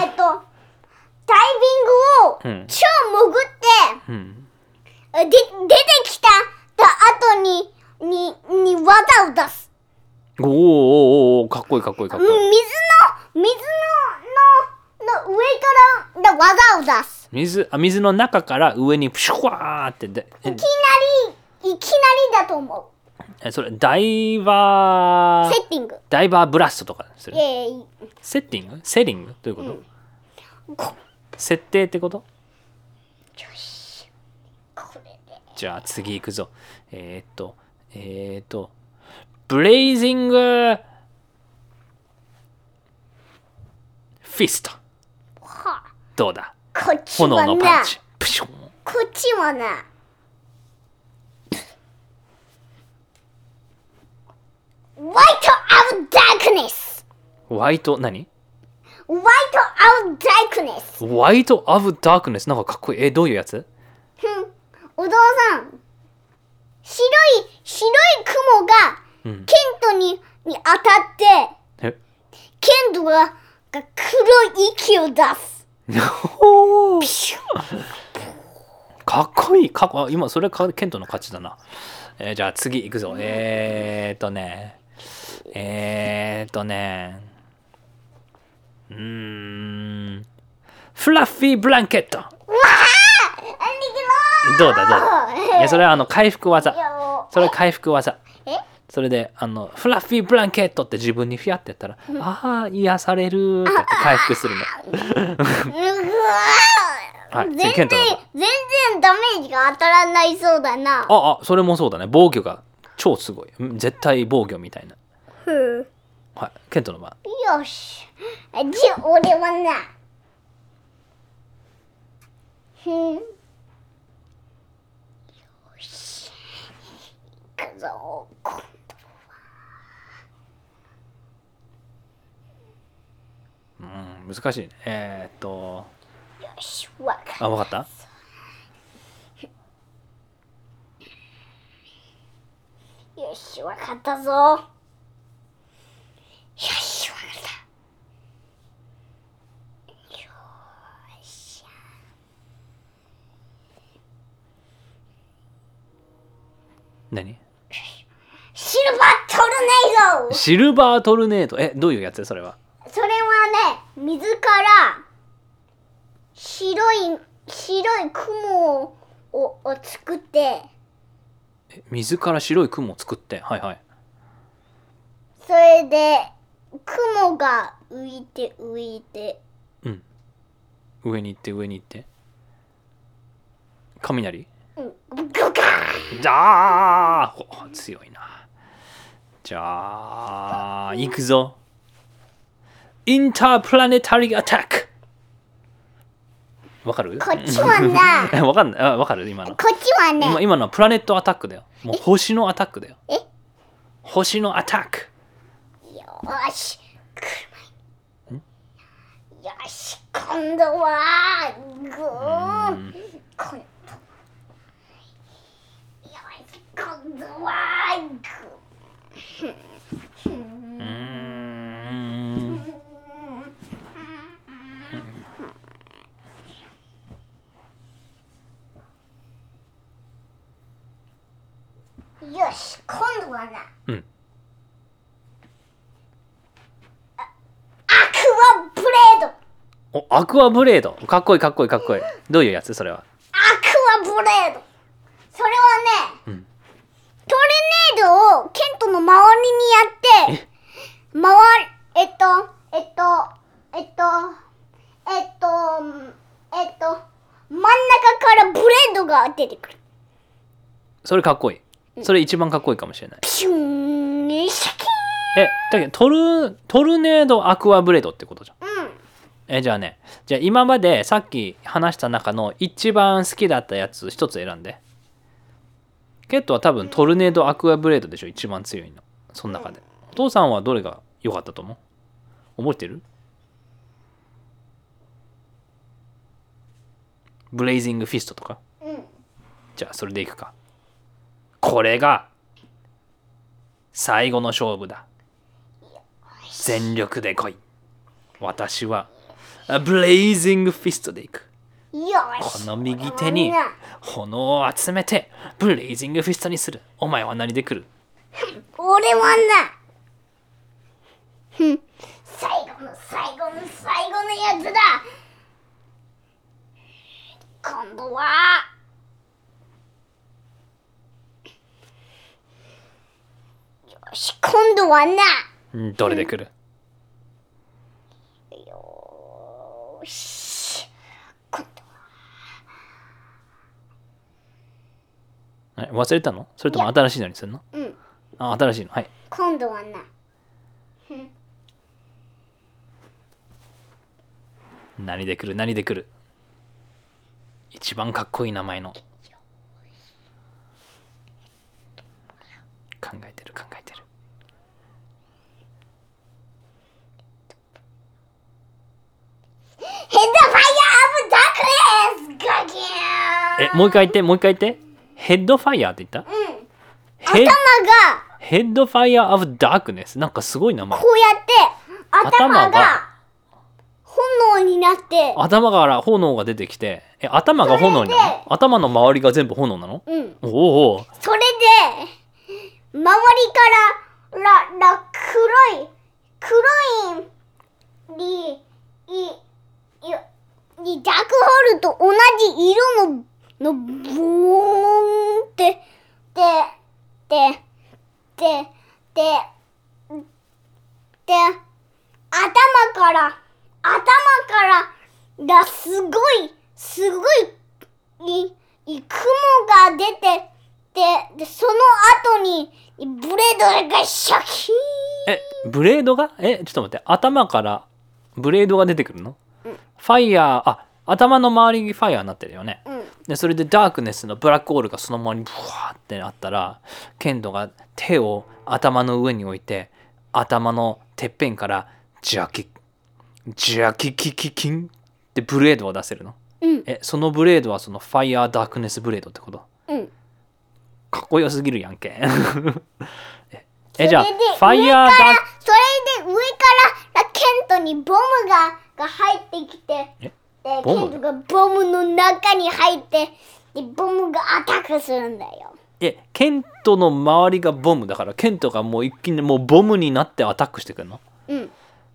を超潜って、うん、で出てきた後ににに技を出す。 おーおーおーかっこいいかっこいいかっこいい。 水の水ののの上から技を出す。 水あ水の中から上にプシュワーってでいきなりいきなりだと思う。 えそれダイバーセッティングダイバーブラストとかする。 えー、 セッティングセリングどういうこと、うん、設定ってこと。よしこれでじゃあ次行くぞ。えー、っとえー、っとブレイジングフィスト。はあ、どうだこっちはな炎のパンチプシュン。 こっちはなホワイトアウトダークネス。 ホワイト何ホワイトアウトダークネス。 ホワイトアウトダークネスなんかかっこいい。えどういうやつ。 お父さん白い白い雲がケントに、うん、に当たってケントがが黒い息を出す。 かっこいいかっこ今それかケントの勝ちだな。えー、じゃあ次行くぞ。えーっとねえーっとねうーんフラッフィーブランケット。どうだどうだ。いやそれはあの回復技。それ回復技。それであのフラッフィーブランケットって自分にフィアってやったら、ああ癒されるって回復するの。はい、 全然全然ダメージが当たらないそうだな。 ああそれもそうだね。防御が超すごい。絶対防御みたいな。はい、ケントの番。 よし。じゃあ俺はな。ふん。よし。行くぞ。今度は。 うん難しいね。えー、っと。 よしわかった。 あわかった。 よしわかったぞ。よしわかった。よし何シルバートルネード。 シルバートルネードえどういうやつそれは。 それはね水から白い白い雲をを作ってえ水から白い雲を作ってはいはい。 それで雲が浮いて浮いてうん上に行って上に行って雷。 うんゴカーあー強いな。 じゃあ行くぞ。インタープラネタリーアタック。わかる？ こっちはな。 わかんない。あ、わかる今の。 こっちはね。 今今のはプラネットアタックだよ。もう星のアタックだよ。 え？ 星のアタック。 よーし。よし、今度はグー。今度。よし、今度はグー。 うーん。 よし、今度はな。 うん。 アクアブレード。 お、アクアブレード。かっこいいかっこいいかっこいい。どういうやつそれは？ アクアブレード。それはね、 うん、 トルネードをケントの周りにやって、回る、えっと、えっと、えっと、えっと、えっと、真ん中からブレードが出てくる。 それかっこいい。それ一番かっこいいかもしれない。 ピシューン、シャキーン。 え、だけどトルトルネードアクアブレードってことじゃん。 うん。 え、じゃあね、じゃあ今までさっき話した中の一番好きだったやつ一つ選んで。ケットは多分トルネードアクアブレードでしょ、一番強いの。その中で。お父さんはどれが良かったと思う？覚えてる？ブレイジングフィストとか？ うん。 じゃあそれでいくか。これが最後の勝負だ。全力で来い。私はブレイジングフィストでいく。 よし。 この右手に炎を集めてブレイジングフィストにする。お前は何で来る？ 俺はな、ふん、最後の最後の最後のやつだ。今度はよし、今度はな、 んどれで来る？ よーし、今度はえ、忘れたの？それとも新しいのにするの？ うん、 あ、新しいの。はい。 今度はな、ふん、 何で来る？何で来る？一番かっこいい名前の。考えてる考えてる。 ヘッドファイヤーオブダークネスガギャー。 え、もう一回言ってもう一回言って。ヘッドファイヤーって言った？ うん、 ヘッ頭がヘッドファイヤーオブダークネス。なんかすごい名前。 こうやって頭頭がが炎になって頭から炎が出てきて、え、頭が炎になるの？頭の周りが全部炎なの？ うん、 おおお。 それで周りかららら黒い黒いにいいにダークホールと同じ色ののボーンってででででで頭から頭からがすごいすごいいい雲が出てででその後にブレードがシャキーン。 え、ブレードが？え、ちょっと待って。頭からブレードが出てくるの？うん、ファイヤー、あ、頭の周りにファイヤーになってるよね。 うん、 でそれでダークネスのブラックホールがその周りにブワーってあったら、ケントが手を頭の上に置いて頭のてっぺんからジャキジャキキキキンってブレードを出せるの？ うん、 え、そのブレードはそのファイヤーダークネスブレードってこと？ うん、 かっこよすぎるやんけ。え、じゃあファイ上ヤーダーからそれで上からケントにボムがが入ってきて、 えでボムケントがボムの中に入ってでボムがアタックするんだよ。 え、ケントの周りがボムだから、ケントがもう一気にもうボムになってアタックしてくるの？ うん。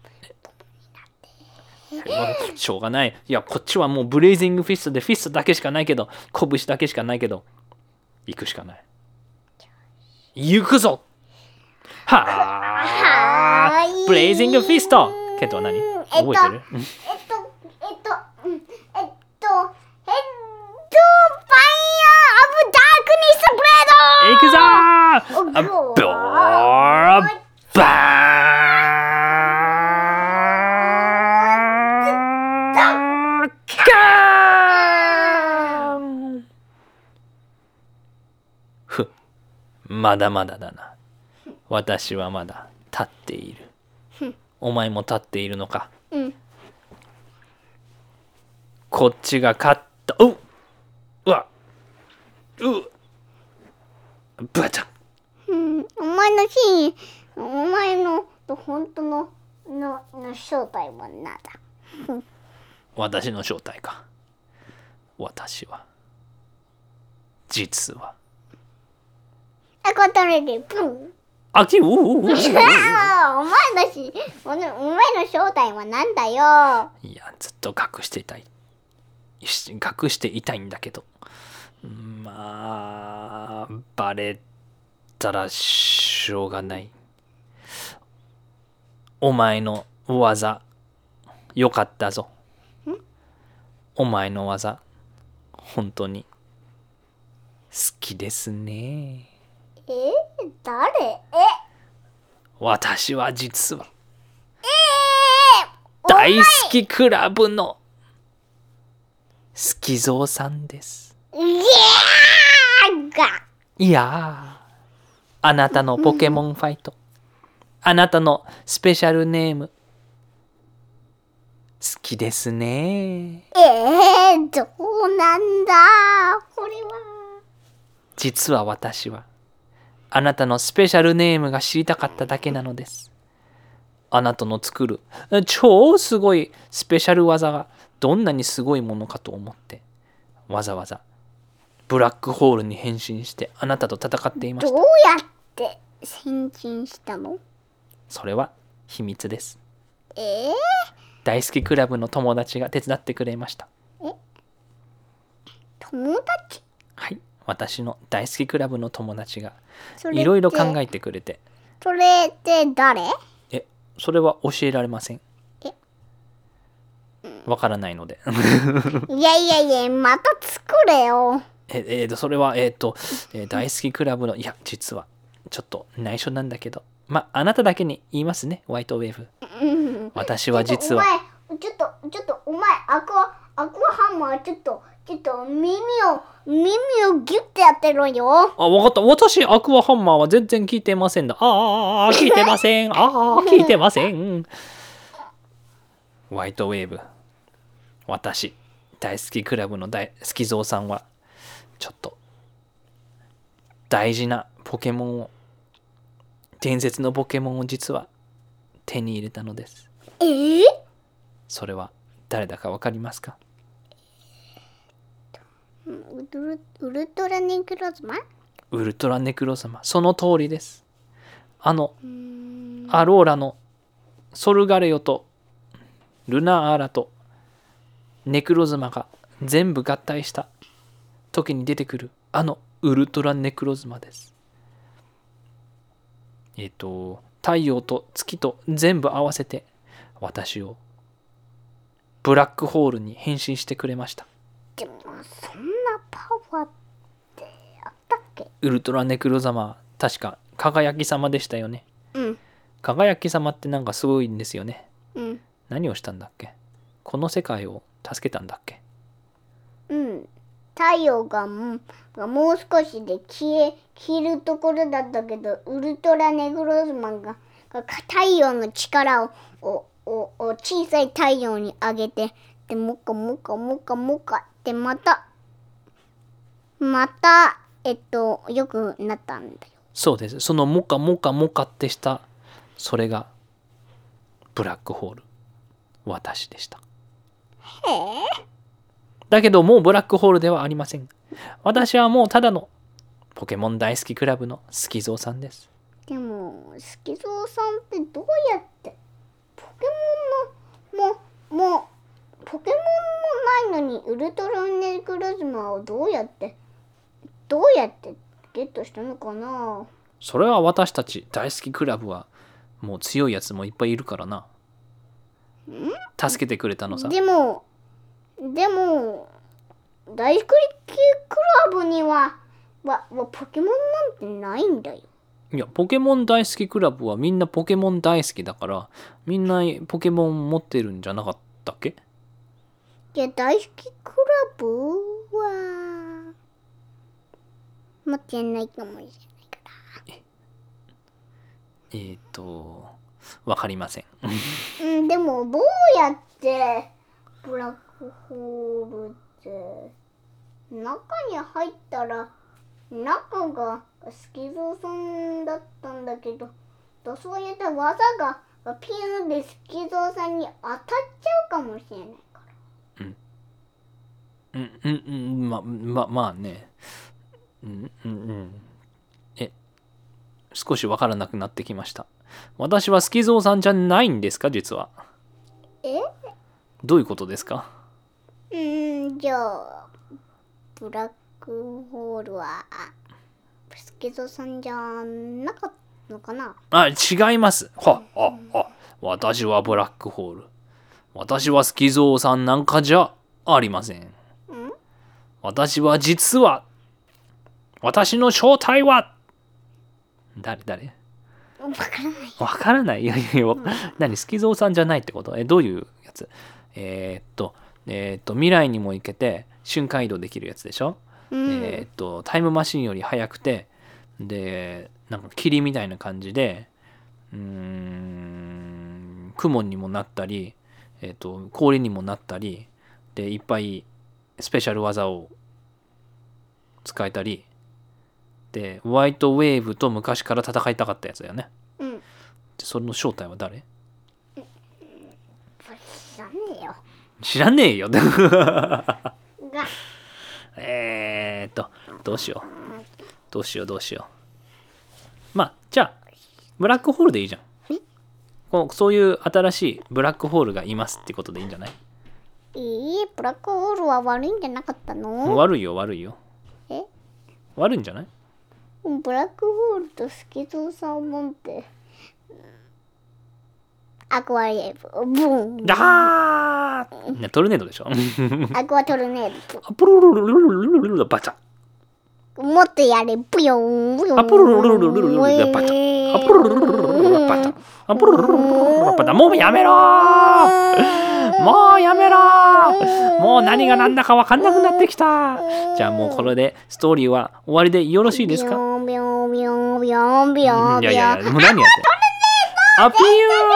しょうがない。いや、こっちはもうブレイジングフィストでフィストだけしかないけど、拳だけしかないけど、行くしかない。行くぞ。はあ。ブレイジングフィスト。ケントは何？覚えてる？ えっと、えっと、うん、えっと、ヘッド、ファイヤーオブダークネスブレード。 行くぞー。ボーバーカーン。ふ、まだまだだな。私はまだ立っている。お前も立っているのか。 うん。 こっちが勝った。うっ、うわ、う、バチャ。 うん、お前のシーン、お前の本当ののの正体は何だ。 私の正体か。私は実は。 あ、これでプン。 あきうううう。 お前のし、お前の正体は何だよ。 いや、ずっと隠していたい。隠していたいんだけど。まあ、バレたらしょうがない。お前の技、よかったぞ。お前の技、本当に好きですね。 え誰え私は実は、 えー、 大好きクラブのスキゾーさんです。 いやーがいやー、あなたのポケモンファイト、あなたのスペシャルネーム、好きですね。 えー、どうなんだこれは。 実は私は、あなたのスペシャルネームが知りたかっただけなのです。あなたの作る超すごいスペシャル技がどんなにすごいものかと思って、わざわざブラックホールに変身してあなたと戦っていました。 どうやって変身したの？ それは秘密です。 えー、 大好きクラブの友達が手伝ってくれました。 え、友達？ はい、私の大好きクラブの友達がそれっていろいろ考えてくれて。 それって誰？ え、それは教えられません。 え、 わからないので。 いやいやいや、また作れよ。 え、えーと、それは、えっと、えー大好きクラブの、いや、実は、ちょっと内緒なんだけど、ま、あなただけに言いますね、ホワイトウェーブ。 うん私は実は、 ちょっとお前ちょっとちょっとお前アクアアクアハンマーちょっとちょっと耳を耳をギュッてやってろよ。 あ、わかった。私、アクアハンマーは全然聞いてませんだ。ああ、聞いてません。ああ、聞いてません。ホワイトウェーブ。私、大好きクラブの大好きゾウさんは、ちょっと、大事なポケモンを、伝説のポケモンを実は手に入れたのです。 えー、 それは誰だかわかりますか？ ウルウルトラネクロズマ？ ウルトラネクロ様、その通りです。あのうーんアローラのソルガレオとルナアーラとネクロズマが全部合体した時に出てくるあのウルトラネクロズマです。えっと太陽と月と全部合わせて私をブラックホールに変身してくれました。 でもそんなパワーってあったっけ？ ウルトラネクロ様は確か輝き様でしたよね。 うん。 輝き様ってなんかすごいんですよね。 うん。 何をしたんだっけ？この世界を助けたんだっけ？ うん。太陽がもがもう少しで消え消えるところだったけど、ウルトラネクロズマンがが太陽の力をををを小さい太陽に上げて、でもかもかもかもかってまたまたえっとよくなったんだよ。 そうです。そのモカモカモカってしたそれがブラックホール、私でした。 へえ。 だけどもうブラックホールではありません。私はもうただのポケモン大好きクラブのスキゾーさんです。 でもスキゾーさんってどうやってポケモンのももうポケモンもないのにウルトラネクロズマをどうやってどうやってゲットしたのかな。 それは私たち大好きクラブはもう強いやつもいっぱいいるからな。助けてくれたのさ。 でもでも大好きクラブにはわわポケモンなんてないんだよ。 いやポケモン大好きクラブはみんなポケモン大好きだからみんなポケモン持ってるんじゃなかったっけ？ いや大好きクラブは持ってないかもしれないからえー、っとわかりませんうんでもどうやってブラックホールって中に入ったら中がスキゾーさんだったんだけどそういった技がピューンでスキゾーさんに当たっちゃうかもしれないからうんうんうんうんまままあねうんうんうんえ少しわからなくなってきました。私はスキゾーさんじゃないんですか実は。 えどういうことですか？ うんじゃあブラックホールはスキゾーさんじゃなかったのかな？ あ違います。はああ私はブラックホール。私はスキゾーさんなんかじゃありません。ん私は実は私の正体は誰誰わからない。 わからないいやいやいや何スキゾーさんじゃないってこと？えどういうやつ？えー、っとえー、っと未来にも行けて瞬間移動できるやつでしょ、うん、えー、っとタイムマシンより速くてでなんか霧みたいな感じでうーん雲にもなったり、えー、っと氷にもなったりでいっぱいスペシャル技を使えたりでホワイトウェーブと昔から戦いたかったやつだよね、うん、でそれの正体は誰？ 知らねえよ知らねえよえーっとどうしようどうしようどうしようまあじゃあブラックホールでいいじゃん。こうそういう新しいブラックホールがいますってことでいいんじゃない？ えー、ブラックホールは悪いんじゃなかったの？ 悪いよ悪いよ。 え悪いんじゃない？ ブラックホールとスキゾーさんを持ってアクアリエブブーンあー、ね、トルネードでしょアクアトルネードプルルルルルルルルルバチャもっとやれブヨンブヨンアプルルルルルルルルバチャアプルルルルルルバチャアプルルルルルルバチャもうやめろもうやめろもう何が何だか分かんなくなってきた。じゃあもうこれでストーリーは終わりでよろしいですか？ ビヨンビヨンビヨンビヨンビヨンいやいやいやもう何やってアピ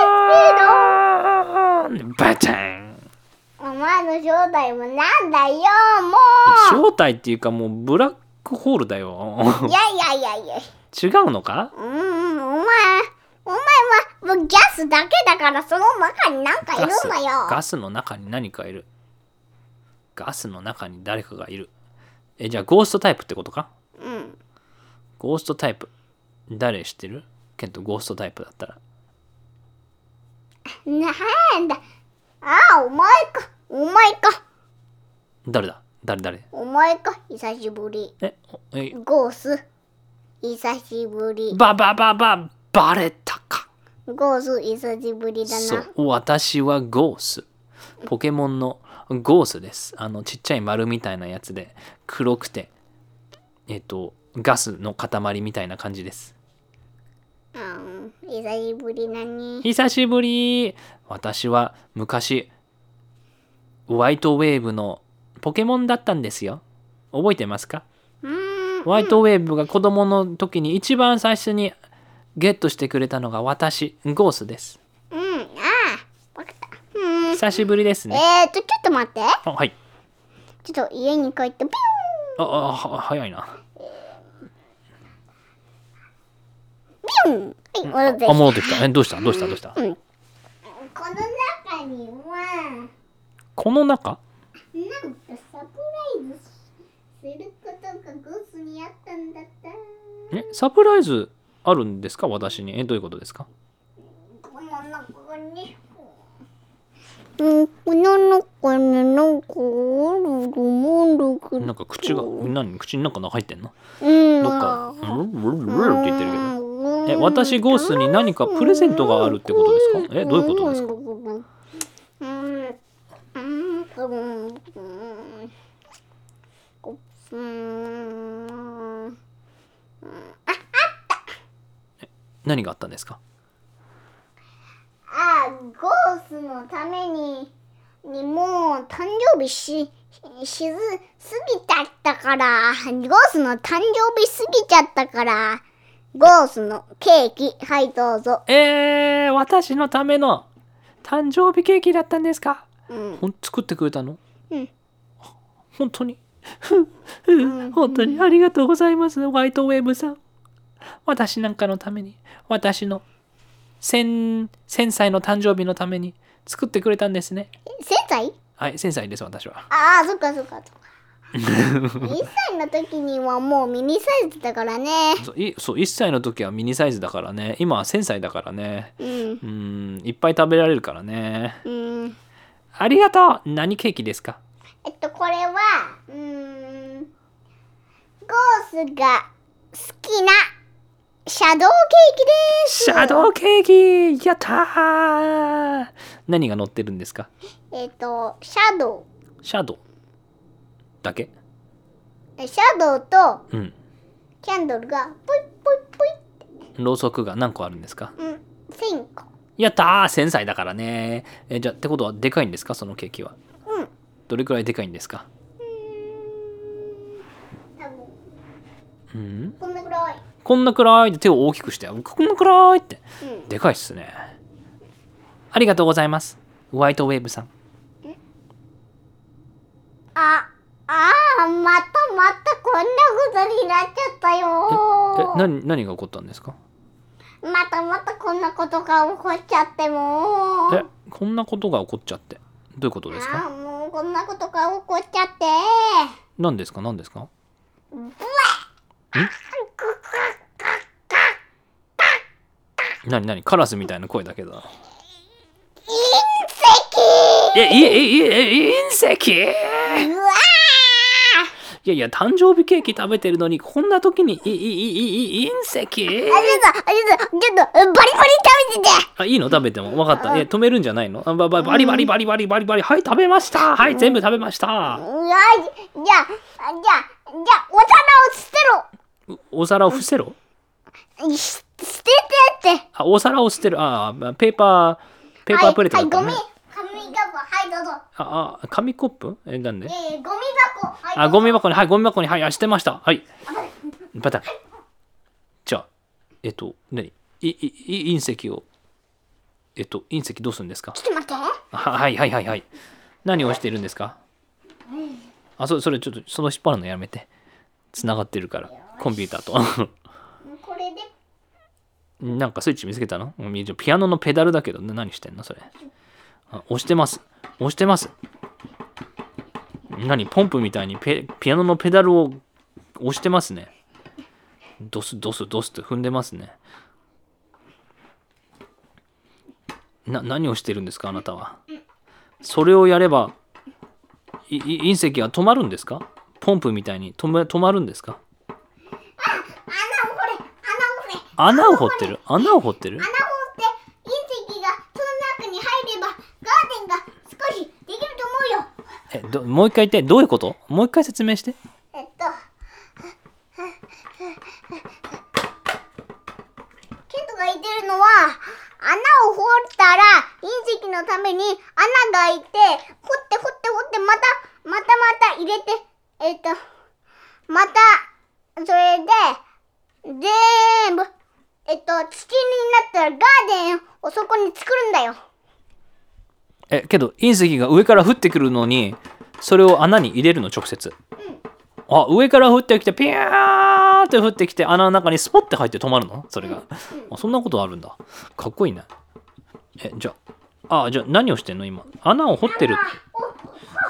ューバチャンお前の正体もなんだよもう正体っていうかもうブラックホールだよいやいやいやいや違うのか？ うんお前お前はもうギャスだけだからその中に何かいるんだよ。 ガスの中に何かいる。ガスの中に誰かがいる。えじゃあゴーストタイプってことか？うんゴーストタイプ誰知ってる？ケントゴーストタイプだったらなんだああお前かお前か誰だ誰誰お前か久しぶりええゴース久しぶりばばばばバレたかゴース久しぶりだな。 そう私はゴースポケモンのゴースです。あのちっちゃい丸みたいなやつで黒くてえっとガスの塊みたいな感じです。 うん久しぶりなに久しぶり。私は昔ホワイトウェーブのポケモンだったんですよ。覚えてますか？うんホワイトウェーブが子供の時に一番最初にゲットしてくれたのが私ゴースです。うんああ分かった。うん久しぶりですね。 えーとちょっと待って。 あはいちょっと家に帰ってピューンああ早いな。 ピュンはい戻ってきた。 あ戻ってきた。えどうしたどうしたどうした、うん、この中にはこの中なんかサプライズすることがゴースにあったんだった。 えサプライズあるんですか私に？えどういうことですか？ この中にうんこの中になんかあると思うんだけどなんか口が何口になんか入ってんの？うんどっかブルブルブルって言ってるけどえ私ゴースに何かプレゼントがあるってことですか？えどういうことですか？うんうんうんああった何があったんですか？ あ、ゴースのためににもう誕生日ししず過ぎちゃったから、ゴースの誕生日過ぎちゃったから、ゴースのケーキ、はいどうぞ。 えー、私のための誕生日ケーキだったんですか？ うん、 ほん作ってくれたの？ うん、 本当に本当にありがとうございます、ホワイトウェーブさん。私なんかのために、私の千歳の誕生日のために作ってくれたんですね。 せんさい？ はい、千歳です私は。 ああ、そっかそっかそっか。いっさいの時にはもうミニサイズだからね。 そういそういっさいの時はミニサイズだからね。今は千歳だからね。 うん、 うんいっぱい食べられるからね。 うん、 ありがとう。何ケーキですか？ えっとこれはうーんゴースが好きなシャドーケーキです。 シャドーケーキやったー。何が乗ってるんですか？ えっとシャドシャドウだけ？ ウシャドウとうんキャンドルがポイポイポイって、 ろうそくが何個あるんですか？ うんせんこ。 やったー。千歳だからね。えじゃあってことはでかいんですか？そのケーキは。 うんどれくらいでかいんですか？ 多分うんこんなくらい。 こんなくらいで手を大きくしてこんなくらいってうんでかいっすね。ありがとうございます、ホワイトウェーブさん。 ああーまたまたこんなことになっちゃったよえ何何が起こったんですか？ またまたこんなことが起こっちゃってもえこんなことが起こっちゃってどういうことですあか？ ーもうこんなことが起こっちゃって何ですか何ですか？ ブワッ何何カラスみたいな声だけど。 隕えいえいえ隕石。 石うわいやいや誕生日ケーキ食べてるのにこんな時にいいいいいい隕石。 ーあれだあれだちょっとバリバリ食べててあいいの食べても分かった。え止めるんじゃないの？あバババリバリバリバリバリバリはい食べました。はい全部食べました。 うわじゃあじゃあじゃあお皿を捨てろ。 お皿を伏せろ。 し捨ててってあお皿を捨てる。あペーパーペーパープレートだったね。 はい、はい、ゴミ紙箱はいどうぞ。 ああ紙コップえなんで？ えー、ゴミ箱はいあゴミ箱にはいゴミ箱にはいあ捨てましたはいパタン。じゃあえっと何いいい隕石をえっと隕石どうするんですか？ ちょっと待って。 ははいはいはいはい何をしているんですか？あそそれちょっとその引っ張るのやめてつながってるからコンピューターとこれでなんかスイッチ見つけたの？ピアノのペダルだけど何してんのそれ？あ押してます押してます。何ポンプみたいにペピアノのペダルを押してますね。ドスドスドスって踏んでますね。な何をしてるんですかあなたは？それをやればい隕石は止まるんですか？ポンプみたいに止め止まるんですか？穴を掘ってる穴を掘ってる穴を掘って隕石がその中に入ればガーデンが少しできると思うよ。 えどもう一回言ってどういうこと？もう一回説明して。 えっとケントが言ってるのは穴を掘ったら隕石のために穴が開いて掘って掘って掘ってまたまたまた入れてえっとまたそれで全部えっと土になったらガーデンをそこに作るんだよ。 えけど隕石が上から降ってくるのにそれを穴に入れるの直接、うん、あ上から降ってきてピャーって降ってきて穴の中にスポッて入って止まるのそれが、うんうん、あそんなことあるんだかっこいいね。えじゃああじゃあ何をしてんの今穴を掘ってる。 おおね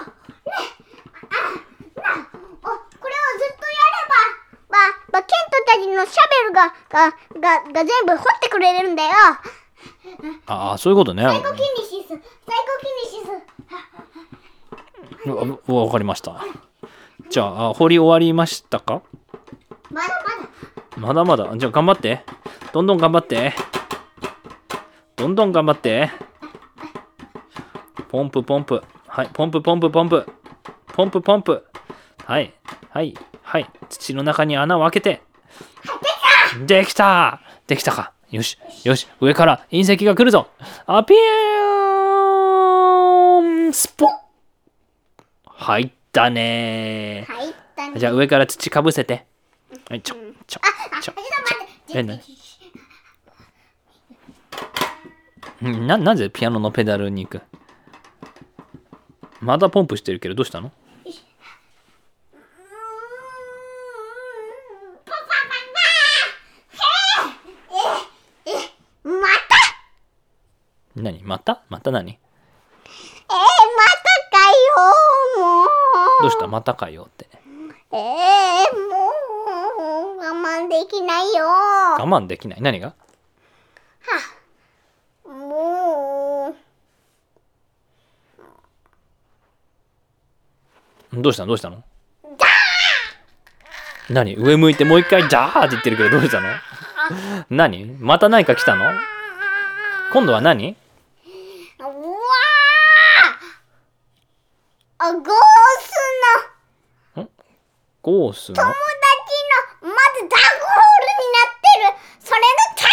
あなおこれをずっとやればばばケントたちのシャベルがががが全部掘ってくれるんだよ。 ああそういうことね。 サイコキネシスサイコキネシスわかりました。じゃあ掘り終わりましたか？ まだまだまだまだじゃあ頑張ってどんどん頑張ってどんどん頑張ってポンプポンプはいポンプポンプポンプポンプポンプはいはいはい土の中に穴を開けてできたできたかよしよし、上から隕石が来るぞ。あ、ピーンスポッ。入ったね。 入ったね。 じゃあ上から土かぶせて。はい、ちょちょちょちょっと待って。 えなななぜピアノのペダルに行く？まだポンプしてるけどどうしたの？何またまた何？ えー、またかよもう。 どうしたまたかよって。 えー、もう我慢できないよ。 我慢できない。何が？ はもう。どうしたのどうしたの？何上向いてもう一回ジャーって言ってるけどどうしたの？何また何か来たの？今度は何？ うわーあ、ゴースのゴースの友達のまずダークホールになってるそれの大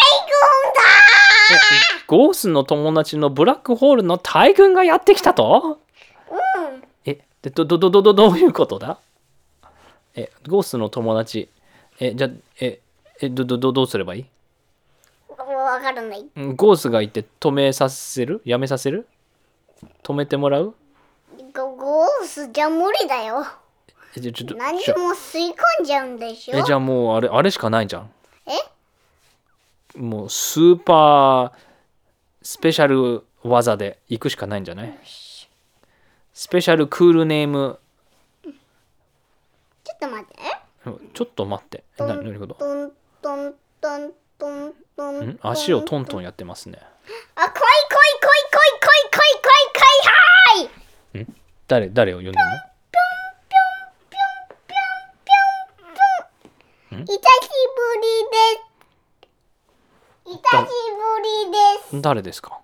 群だゴースの友達のブラックホールの大群がやってきたと？ うんえでどどどどどどういうことだ？えゴースの友達えじゃええどどどどうすればいい？ わからない。 ゴースがいて止めさせる？やめさせる？止めてもらう？ ゴゴースじゃ無理だよ。 えじゃちょっと何じゃも吸い込んじゃうんでしょ。 えじゃあもうあれあれしかないじゃん。 えもうスーパースペシャル技で行くしかないんじゃない？スペシャルクールネーム。 ちょっと待って。 ちょっと待って。 トン何何こと？ トントントントントンん足をトントンやってますね。 あ、来い来い来い来い来い来い来い来いはいん誰誰を呼んでるの？ 久しぶりです。久しぶりです。 誰ですか？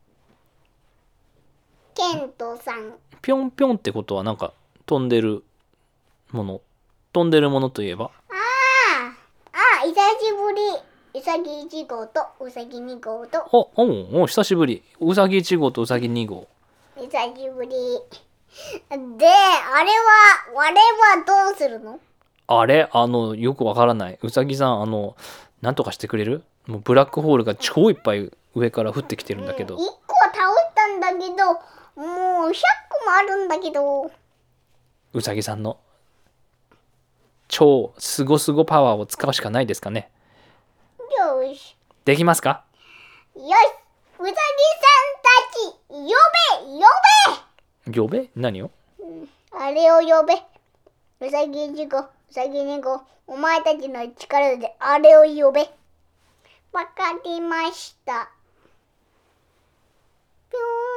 ケントさん。 ぴょんぴょんってことはなんか飛んでるもの飛んでるものといえば？ ああ、ああ、久しぶり。うさぎいち号とうさぎに号と。 おおお久しぶり。うさぎいち号とうさぎに号。 久しぶり。で、あれは、我はどうするの？ あれあのよくわからない。うさぎさんあのなんとかしてくれる？もうブラックホールが超いっぱい上から降ってきてるんだけど。 いっこは倒したんだけど、もうひゃっこもあるんだけど。 うさぎさんの超すごすごパワーを使うしかないですかね。 よし。 できますか？ よし。うさぎさんたち、呼べ呼呼べ何を？ べ、あれを呼べ。うさぎいち号、うさぎに号、お前たちの力であれを呼べ。わかりました。ぴょ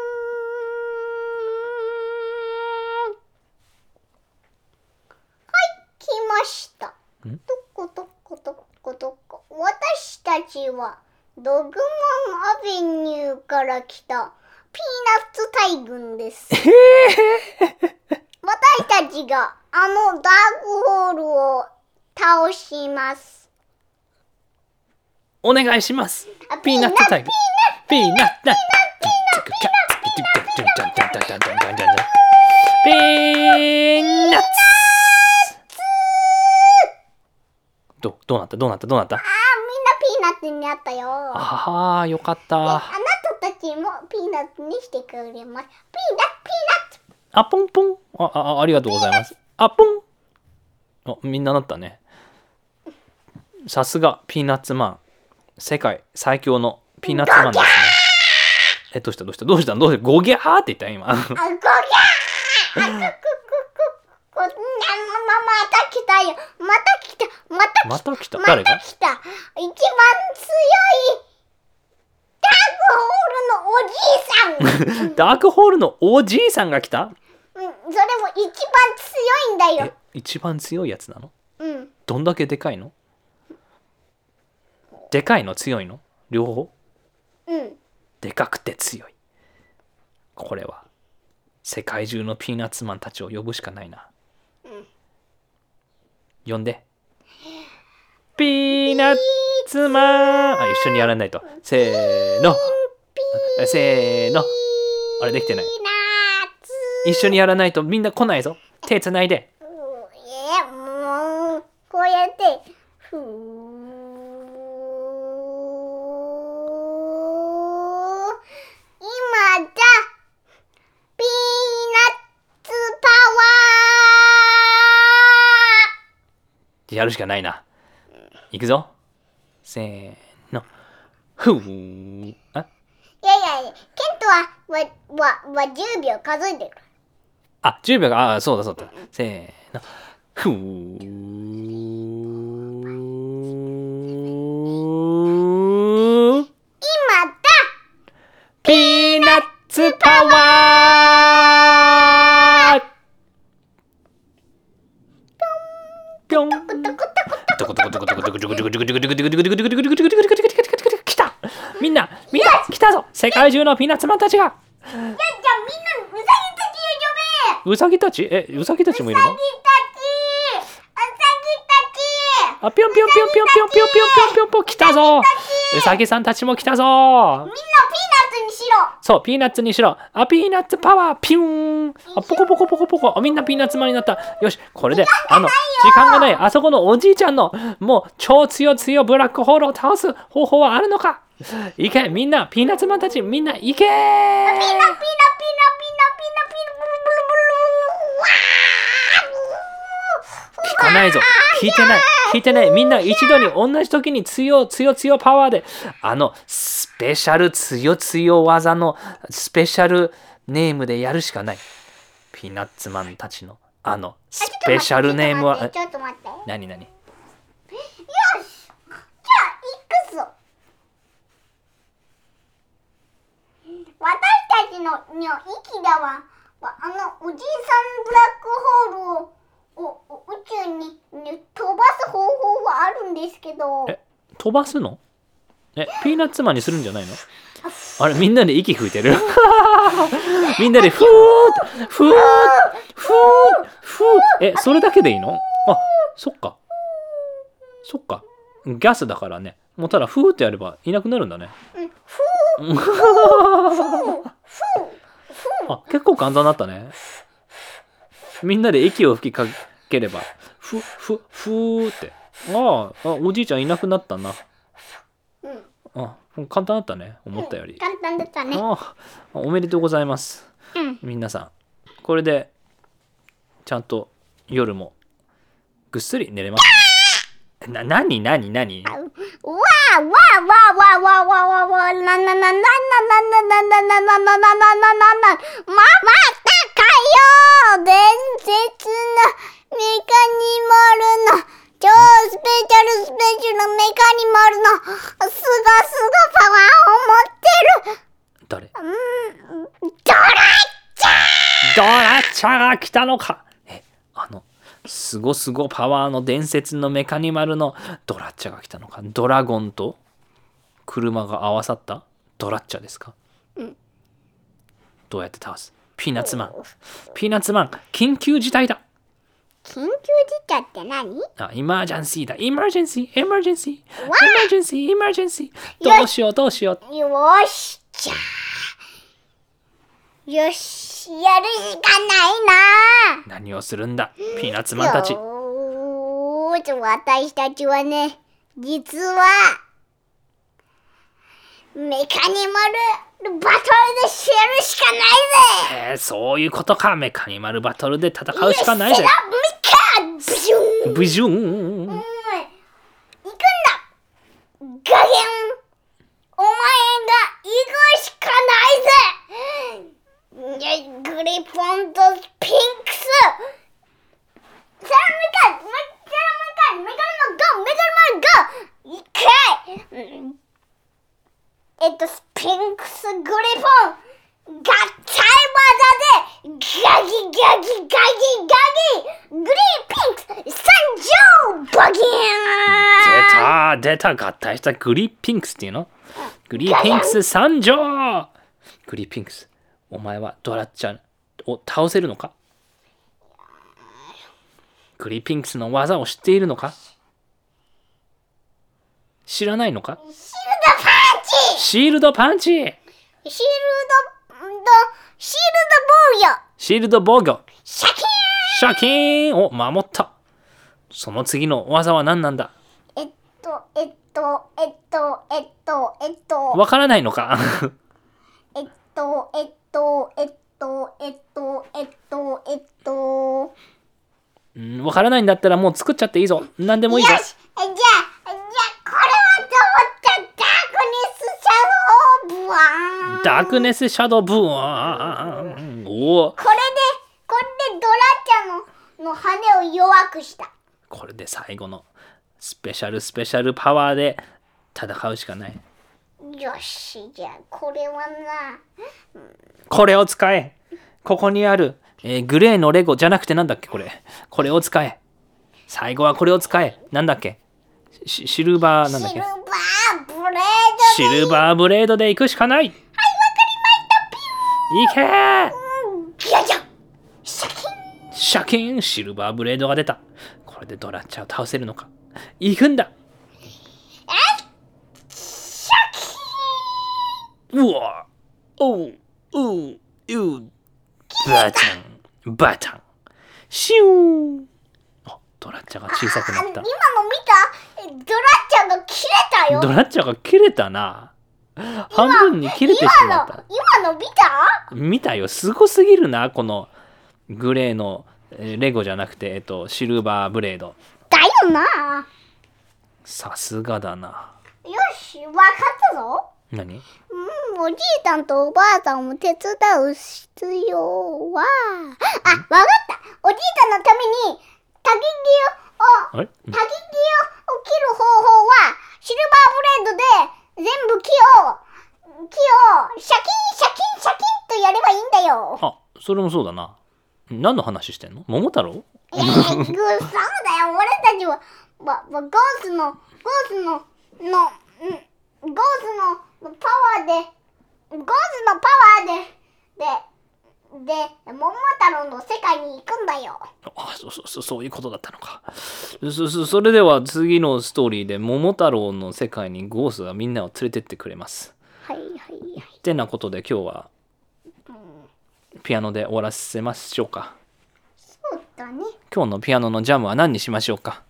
ーん。はい、来ました。どこどこどこどこ。私たちはドグモンアベニューから来たピーナッツ大群です。私たちがあのダークホールを倒します。 お願いします。 あピーナッツタイム。ピーナッツ。ピーナッツ。ピーナッツ。どどうなったどうなったどうなった？ ああ、みんなピーナッツになったよ。 ああよかっで、あなた。 たたちもピーナッツにしてくれます。ピーナッツピーナッツ。 あポンポン。ああありがとうございます。あポン。あみんななったね。さすがピーナッツマン。世界最強のピーナッツマンですね。えどうしたどうしたどうしたどうしたゴギャーって言った今。 あ、ゴギャー。あ、くくくくく。ままた来たよ。また来た。また来た。 また来た。誰が？ また来た。一番強いダークホールのおじいさん。 ダークホールのおじいさんが来た？ うん、それも一番強いんだよ。 え一番強いやつなの？ うん。 どんだけでかいの？でかいの強いの？両方？ うん。 でかくて強い。これは世界中のピーナッツマンたちを呼ぶしかないな。 うん。 呼んで。 うピーナッツマン。あ、一緒にやらないと。せーの。せーの。あれできてない。一緒にやらないとみんな来ないぞ。手つないで。 え、もう、こうやって、ふー。今じゃ、ピーナッツパワやるしかないな。いくぞ。せーの。ふー。あ、 ー。いやいやいや、ケントは、わ、わ、わ、じゅうびょう数えてる。 あ、じゅうびょうか。あ、そうだそうだ。せーの。ふー。 今だ。 ピーナッツパワー。ぴょん。来た。みんな、みんな来たぞ。世界中のピーナッツマンたちが。 いや、じゃあみんなウサギたち呼べ。 ウサギたち？え、ウサギたちもいるの？ ウサギたち。ウサギたち。 あ、ぴょんぴょんぴょんぴょんぴょんぴょんぴょんぴょんぴょんぴょん来たぞ。ウサギさんたちも来たぞ。 みんなピーナッツにしろ。 そう、ピーナッツにしろ。あ、ピーナッツパワー、ピューン。あ、ポコポコポコポコ。あ、みんなピーナッツマンになった。よし、これで、あの、時間がない。あそこのおじいちゃんの、もう、超強強ブラックホールを倒す方法はあるのか？いけ、みんな、ピーナッツマンたち、みんな、いけー。 ピーナピーナピーナピーナピーナピーナピーナ聞かないぞ。聞いてない。聞いてない。みんな一度に同じ時に強強強パワーで、あの、スペシャル強強技のスペシャルネームでやるしかない。ピーナッツマンたちの、あの、スペシャルネームは、 ちょっと待って。 何何？ よし。じゃあ、いくぞ。私たちのに息だわ。あのおじいさんブラックホールをおお宇宙に、ね、飛ばす方法はあるんですけど。 え、飛ばすの？え、ピーナッツマンにするんじゃないの？あれ、みんなで息吹いてる。みんなでフーッフーッフーッフーッ。え、それだけでいいの？あ、そっか。そっか。ガスだからね。もうただフーってやればいなくなるんだね。 うん、フーフーフーフーあ、結構簡単だったね。みんなで息を吹きかければ、ふ、ふ、ふーって。ああ、おじいちゃんいなくなったな。 うん、 あ、簡単だったね。思ったより。 うん、簡単だったね。 あ、おめでとうございます。 うん、 皆さん。これで、ちゃんと夜もぐっすり寝れますね。な、なになになに？ わーわーわーわーわーわーわーわーななななななななななななななななま、またかよ伝説のメカニマルの超スペシャルスペシャルメカニマルのすごすごパワーを持ってる誰？ うんドラッチャドラッチャが来たのか。え、あのすごすごパワーの伝説のメカニマルのドラッチャが来たのか。ドラゴンと車が合わさったドラッチャですか？ うん、 どうやって倒す？ピーナッツマン。ピーナッツマン、緊急事態だ。 緊急事態って何？ あ、イマージャンシーだ。イマージェンシー、イマージェンシー、イマージェンシー、イマージェンシー。どうしよう、どうしよう。 よし、じゃあ。よし、やるしかないな。 何をするんだ、ピーナッツマンたち。 よーし、私たちはね、実は、メカニマルバトルでしやるしかないぜ。 えー、そういうことか。メカニマルバトルで戦うしかないぜ。 メカブシュンブジューン。 うん、行くんだ。ガゲン。お前が行くしかないぜ。グリポンとピンクス。さあ、メカ、メカ、メカ、メカニマルゴー、メカニマルゴー。いけ。うんえっと、スピンクスグリポン合体技でガギガギガギガギグリーピンクス参上バギーン出た出た合体したグリーピンクスっていうの？グリーピンクス参上。グリーピンクス、お前はドラッチャを倒せるのか？グリーピンクスの技を知っているのか？ 知らないのか？ シールドパンチ。 シールドパンチ。 シールド、シールド防御。 シールド防御。 シャキーン。 シャキーン。お、守った。その次の技は何なんだ？ えっと、えっと、えっと、えっと、えっと。 わからないのか？ えっと、えっと、えっと、えっと、えっと、えっと。 うん、わからないんだったらもう作っちゃっていいぞ。何でもいいぞ。 よし。じゃあ、じゃあ、これはどうだ？ダークネスシャドーブワーン。 ダークネスシャドーブワーン。おお。 これで、これでドラちゃんの、の羽を弱くした。 これで最後のスペシャルスペシャルパワーで戦うしかない。 よし、じゃあこれはな、 これを使え。ここにある、えー、グレーのレゴじゃなくてなんだっけこれ。これを使え。最後はこれを使え。なんだっけ。シシルバーなんだっけ。 シルバーブレードでシルバーブレードで行くしかない。はい、わかりました。ピュー。行けー。 ギャジャン。シャキン。 シャキン。シルバーブレードが出た。これでドラッチャーを倒せるのか。行くんだ。 シャキうわ。おう。うう。う。バタン。バタン。シューン。あ、ドラッチャーが小さくなった。 今の見た？ドラちゃんが切れたよ。 ドラッチャーが切れたな。半分に切れてしまった。 今の、今の見た？ 見たよ。すごすぎるな。このグレーのレゴじゃなくて、えっと、シルバーブレード。 だよな。 さすがだな。 よし、わかったぞ。 何？ うん、おじいさんとおばあさんを手伝う必要は、あ、わかった。おじいさんのために竹木を、 あれ？ 竹木を切る方法は、シルバーブレードで全部木を、木をシャキンシャキンシャキンとやればいいんだよ。 あ、それもそうだな。何の話してんの？桃太郎？ えー、グーそうだよ。俺たちは、ま、ま、ゴースの、ゴースの、の、んゴースのパワーで、ゴースのパワーで、で、で、桃太郎の世界に行くんだよ。 あ、そうそうそう、そういうことだったのか。そ、そ、それでは次のストーリーで桃太郎の世界にゴースがみんなを連れてってくれます。 はいはいはい。 ってなことで今日はピアノで終わらせましょうか。 そうだね。 今日のピアノのジャムは何にしましょうか。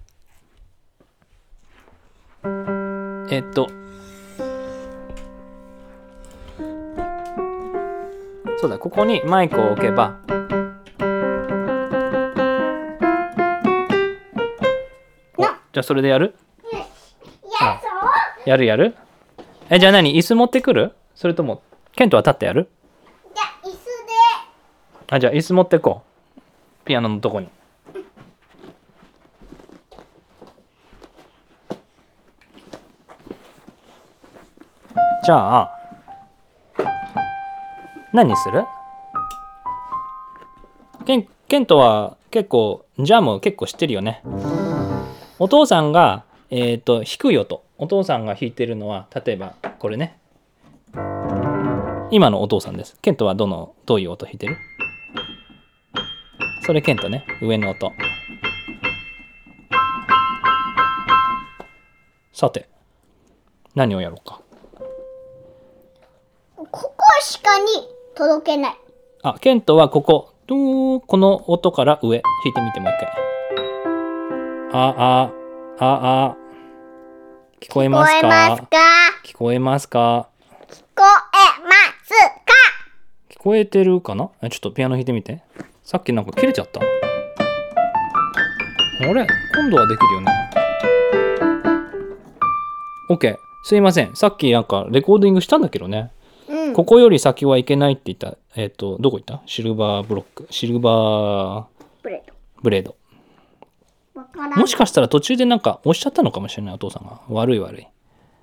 えっとそうだ、ここにマイクを置けばお、じゃあそれでやる？ やるぞ。 やるやる？え、じゃあ何？椅子持ってくる？それともケントは立ってやる？ じゃあ椅子で。 あ、じゃあ椅子持ってこう。ピアノのとこに。じゃあ何にする？ケン、ケントは結構ジャム結構知ってるよね。お父さんがえっと弾くよと。お父さんが弾いてるのは例えばこれね。今のお父さんです。ケントはどのどういう音弾いてる？それケントね。上の音。さて何をやろうか。 ここしかに届けない。 あ、ケントはここ、この音から上、弾いてみてもう一回。あ、あ、あ、あ。聞こえますか？聞こえますか？ 聞こえますか？ 聞こえてるかな？ちょっとピアノ弾いてみて。さっきなんか切れちゃった。あれ？今度はできるよね。OK。すいません。さっきなんかレコーディングしたんだけどね。 うん、 ここより先はいけないって言った。えっと、どこ行った？シルバーブロック。シルバーブレード。 ブレード。もしかしたら途中でなんか押しちゃったのかもしれない。お父さんが。悪い悪い。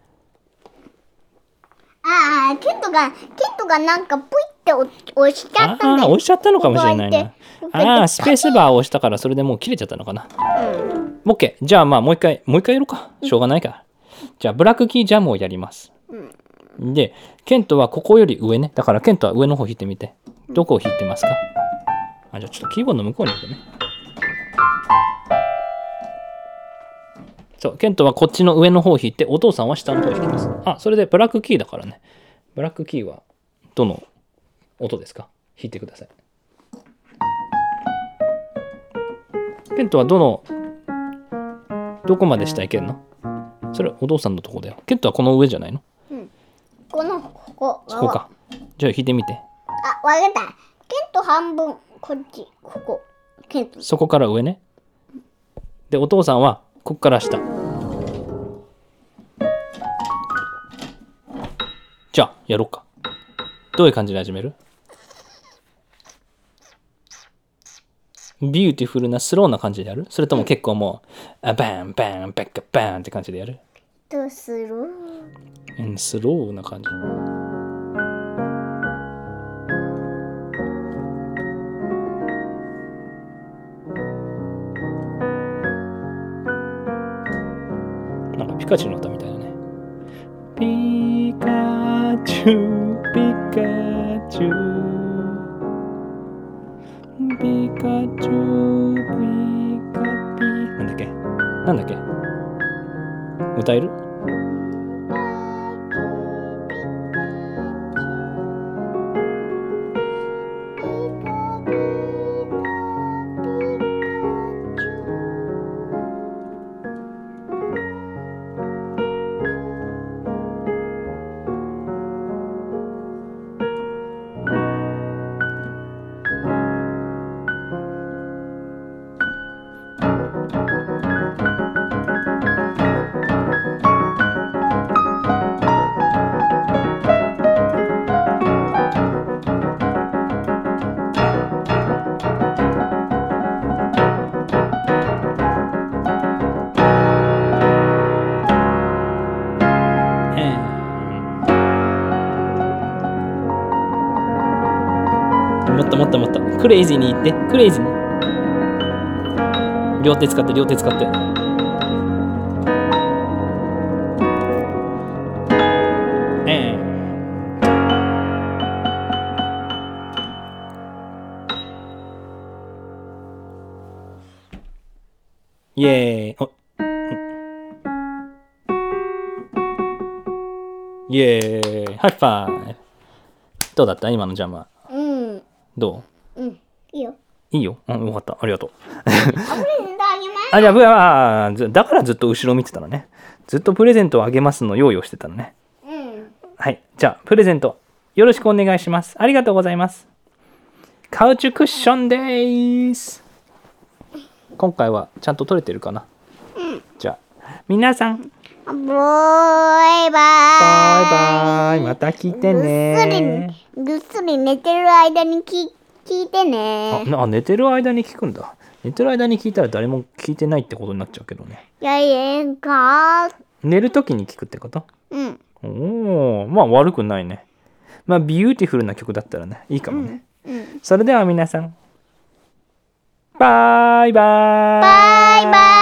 ああ、ケントが、ケントがなんかプイって押しちゃったんだよ。 ああ、押しちゃったのかもしれないな。ああ、スペースバーを押したからそれでもう切れちゃったのかな。うん、OK。じゃあまあもう一回、もう一回やろうか。しょうがないから。じゃあブラックキージャムをやります。うん、で、ケントはここより上ね。だからケントは上の方弾いてみて。どこを弾いてますか？あ、じゃあちょっとキーボードの向こうに行くね。 そうケントはこっちの上の方を弾いてお父さんは下の方を弾きます。あ、それでブラックキーだからね。ブラックキーはどの音ですか？弾いてください。ケントはどのどこまで下行けるの？それお父さんのとこだよ。ケントはこの上じゃないの？ うん。このここ。 そこか。じゃあ弾いてみて。 あ、わかった。ケント半分こっちここ。ケント。 そこから上ね。でお父さんはここから下。じゃあやろうか。どういう感じで始める？ビューティフルなスローな感じでやる？それとも結構もう、あバンバンバッカバンって感じでやる？ どうする？ うん、スローな感じ。なんかピカチュウの歌みたいだね。ピカチュウ、ピカチュウ。ピカチュウ、ピカピ。なんだっけなんだっけ歌える？もっともっともっとクレイジーに言って、クレイジーに両手使って両手使ってえーイエーイ。おイエーイ。ハイファイブ。どうだった今のジャムは？ うん。 どう？うん。いいよ。 いいよ。うん、よかった。ありがとう。 あ、プレゼントあげます。 あ、じゃあ、ぶあーだからずっと後ろ見てたのね。ずっとプレゼントをあげますの用意をしてたのね。 うん。 はい。じゃあ、プレゼントよろしくお願いします。ありがとうございます。カウチクッションでーす。今回はちゃんと撮れてるかな？ うん。 じゃあ、皆さん。 バイバイ。 バイバイ。また聞いてね。 ぐっすり、ぐっすり寝てる間に聞聞いてね。 あ、寝てる間に聞くんだ。寝てる間に聞いたら誰も聞いてないってことになっちゃうけどね。 いやいやか。 寝るときに聞くってこと？ うん。 おお、まあ悪くないね。まあビューティフルな曲だったらね、いいかもね。 うんうん、 それでは皆さん、バイバイ。 バイバイ。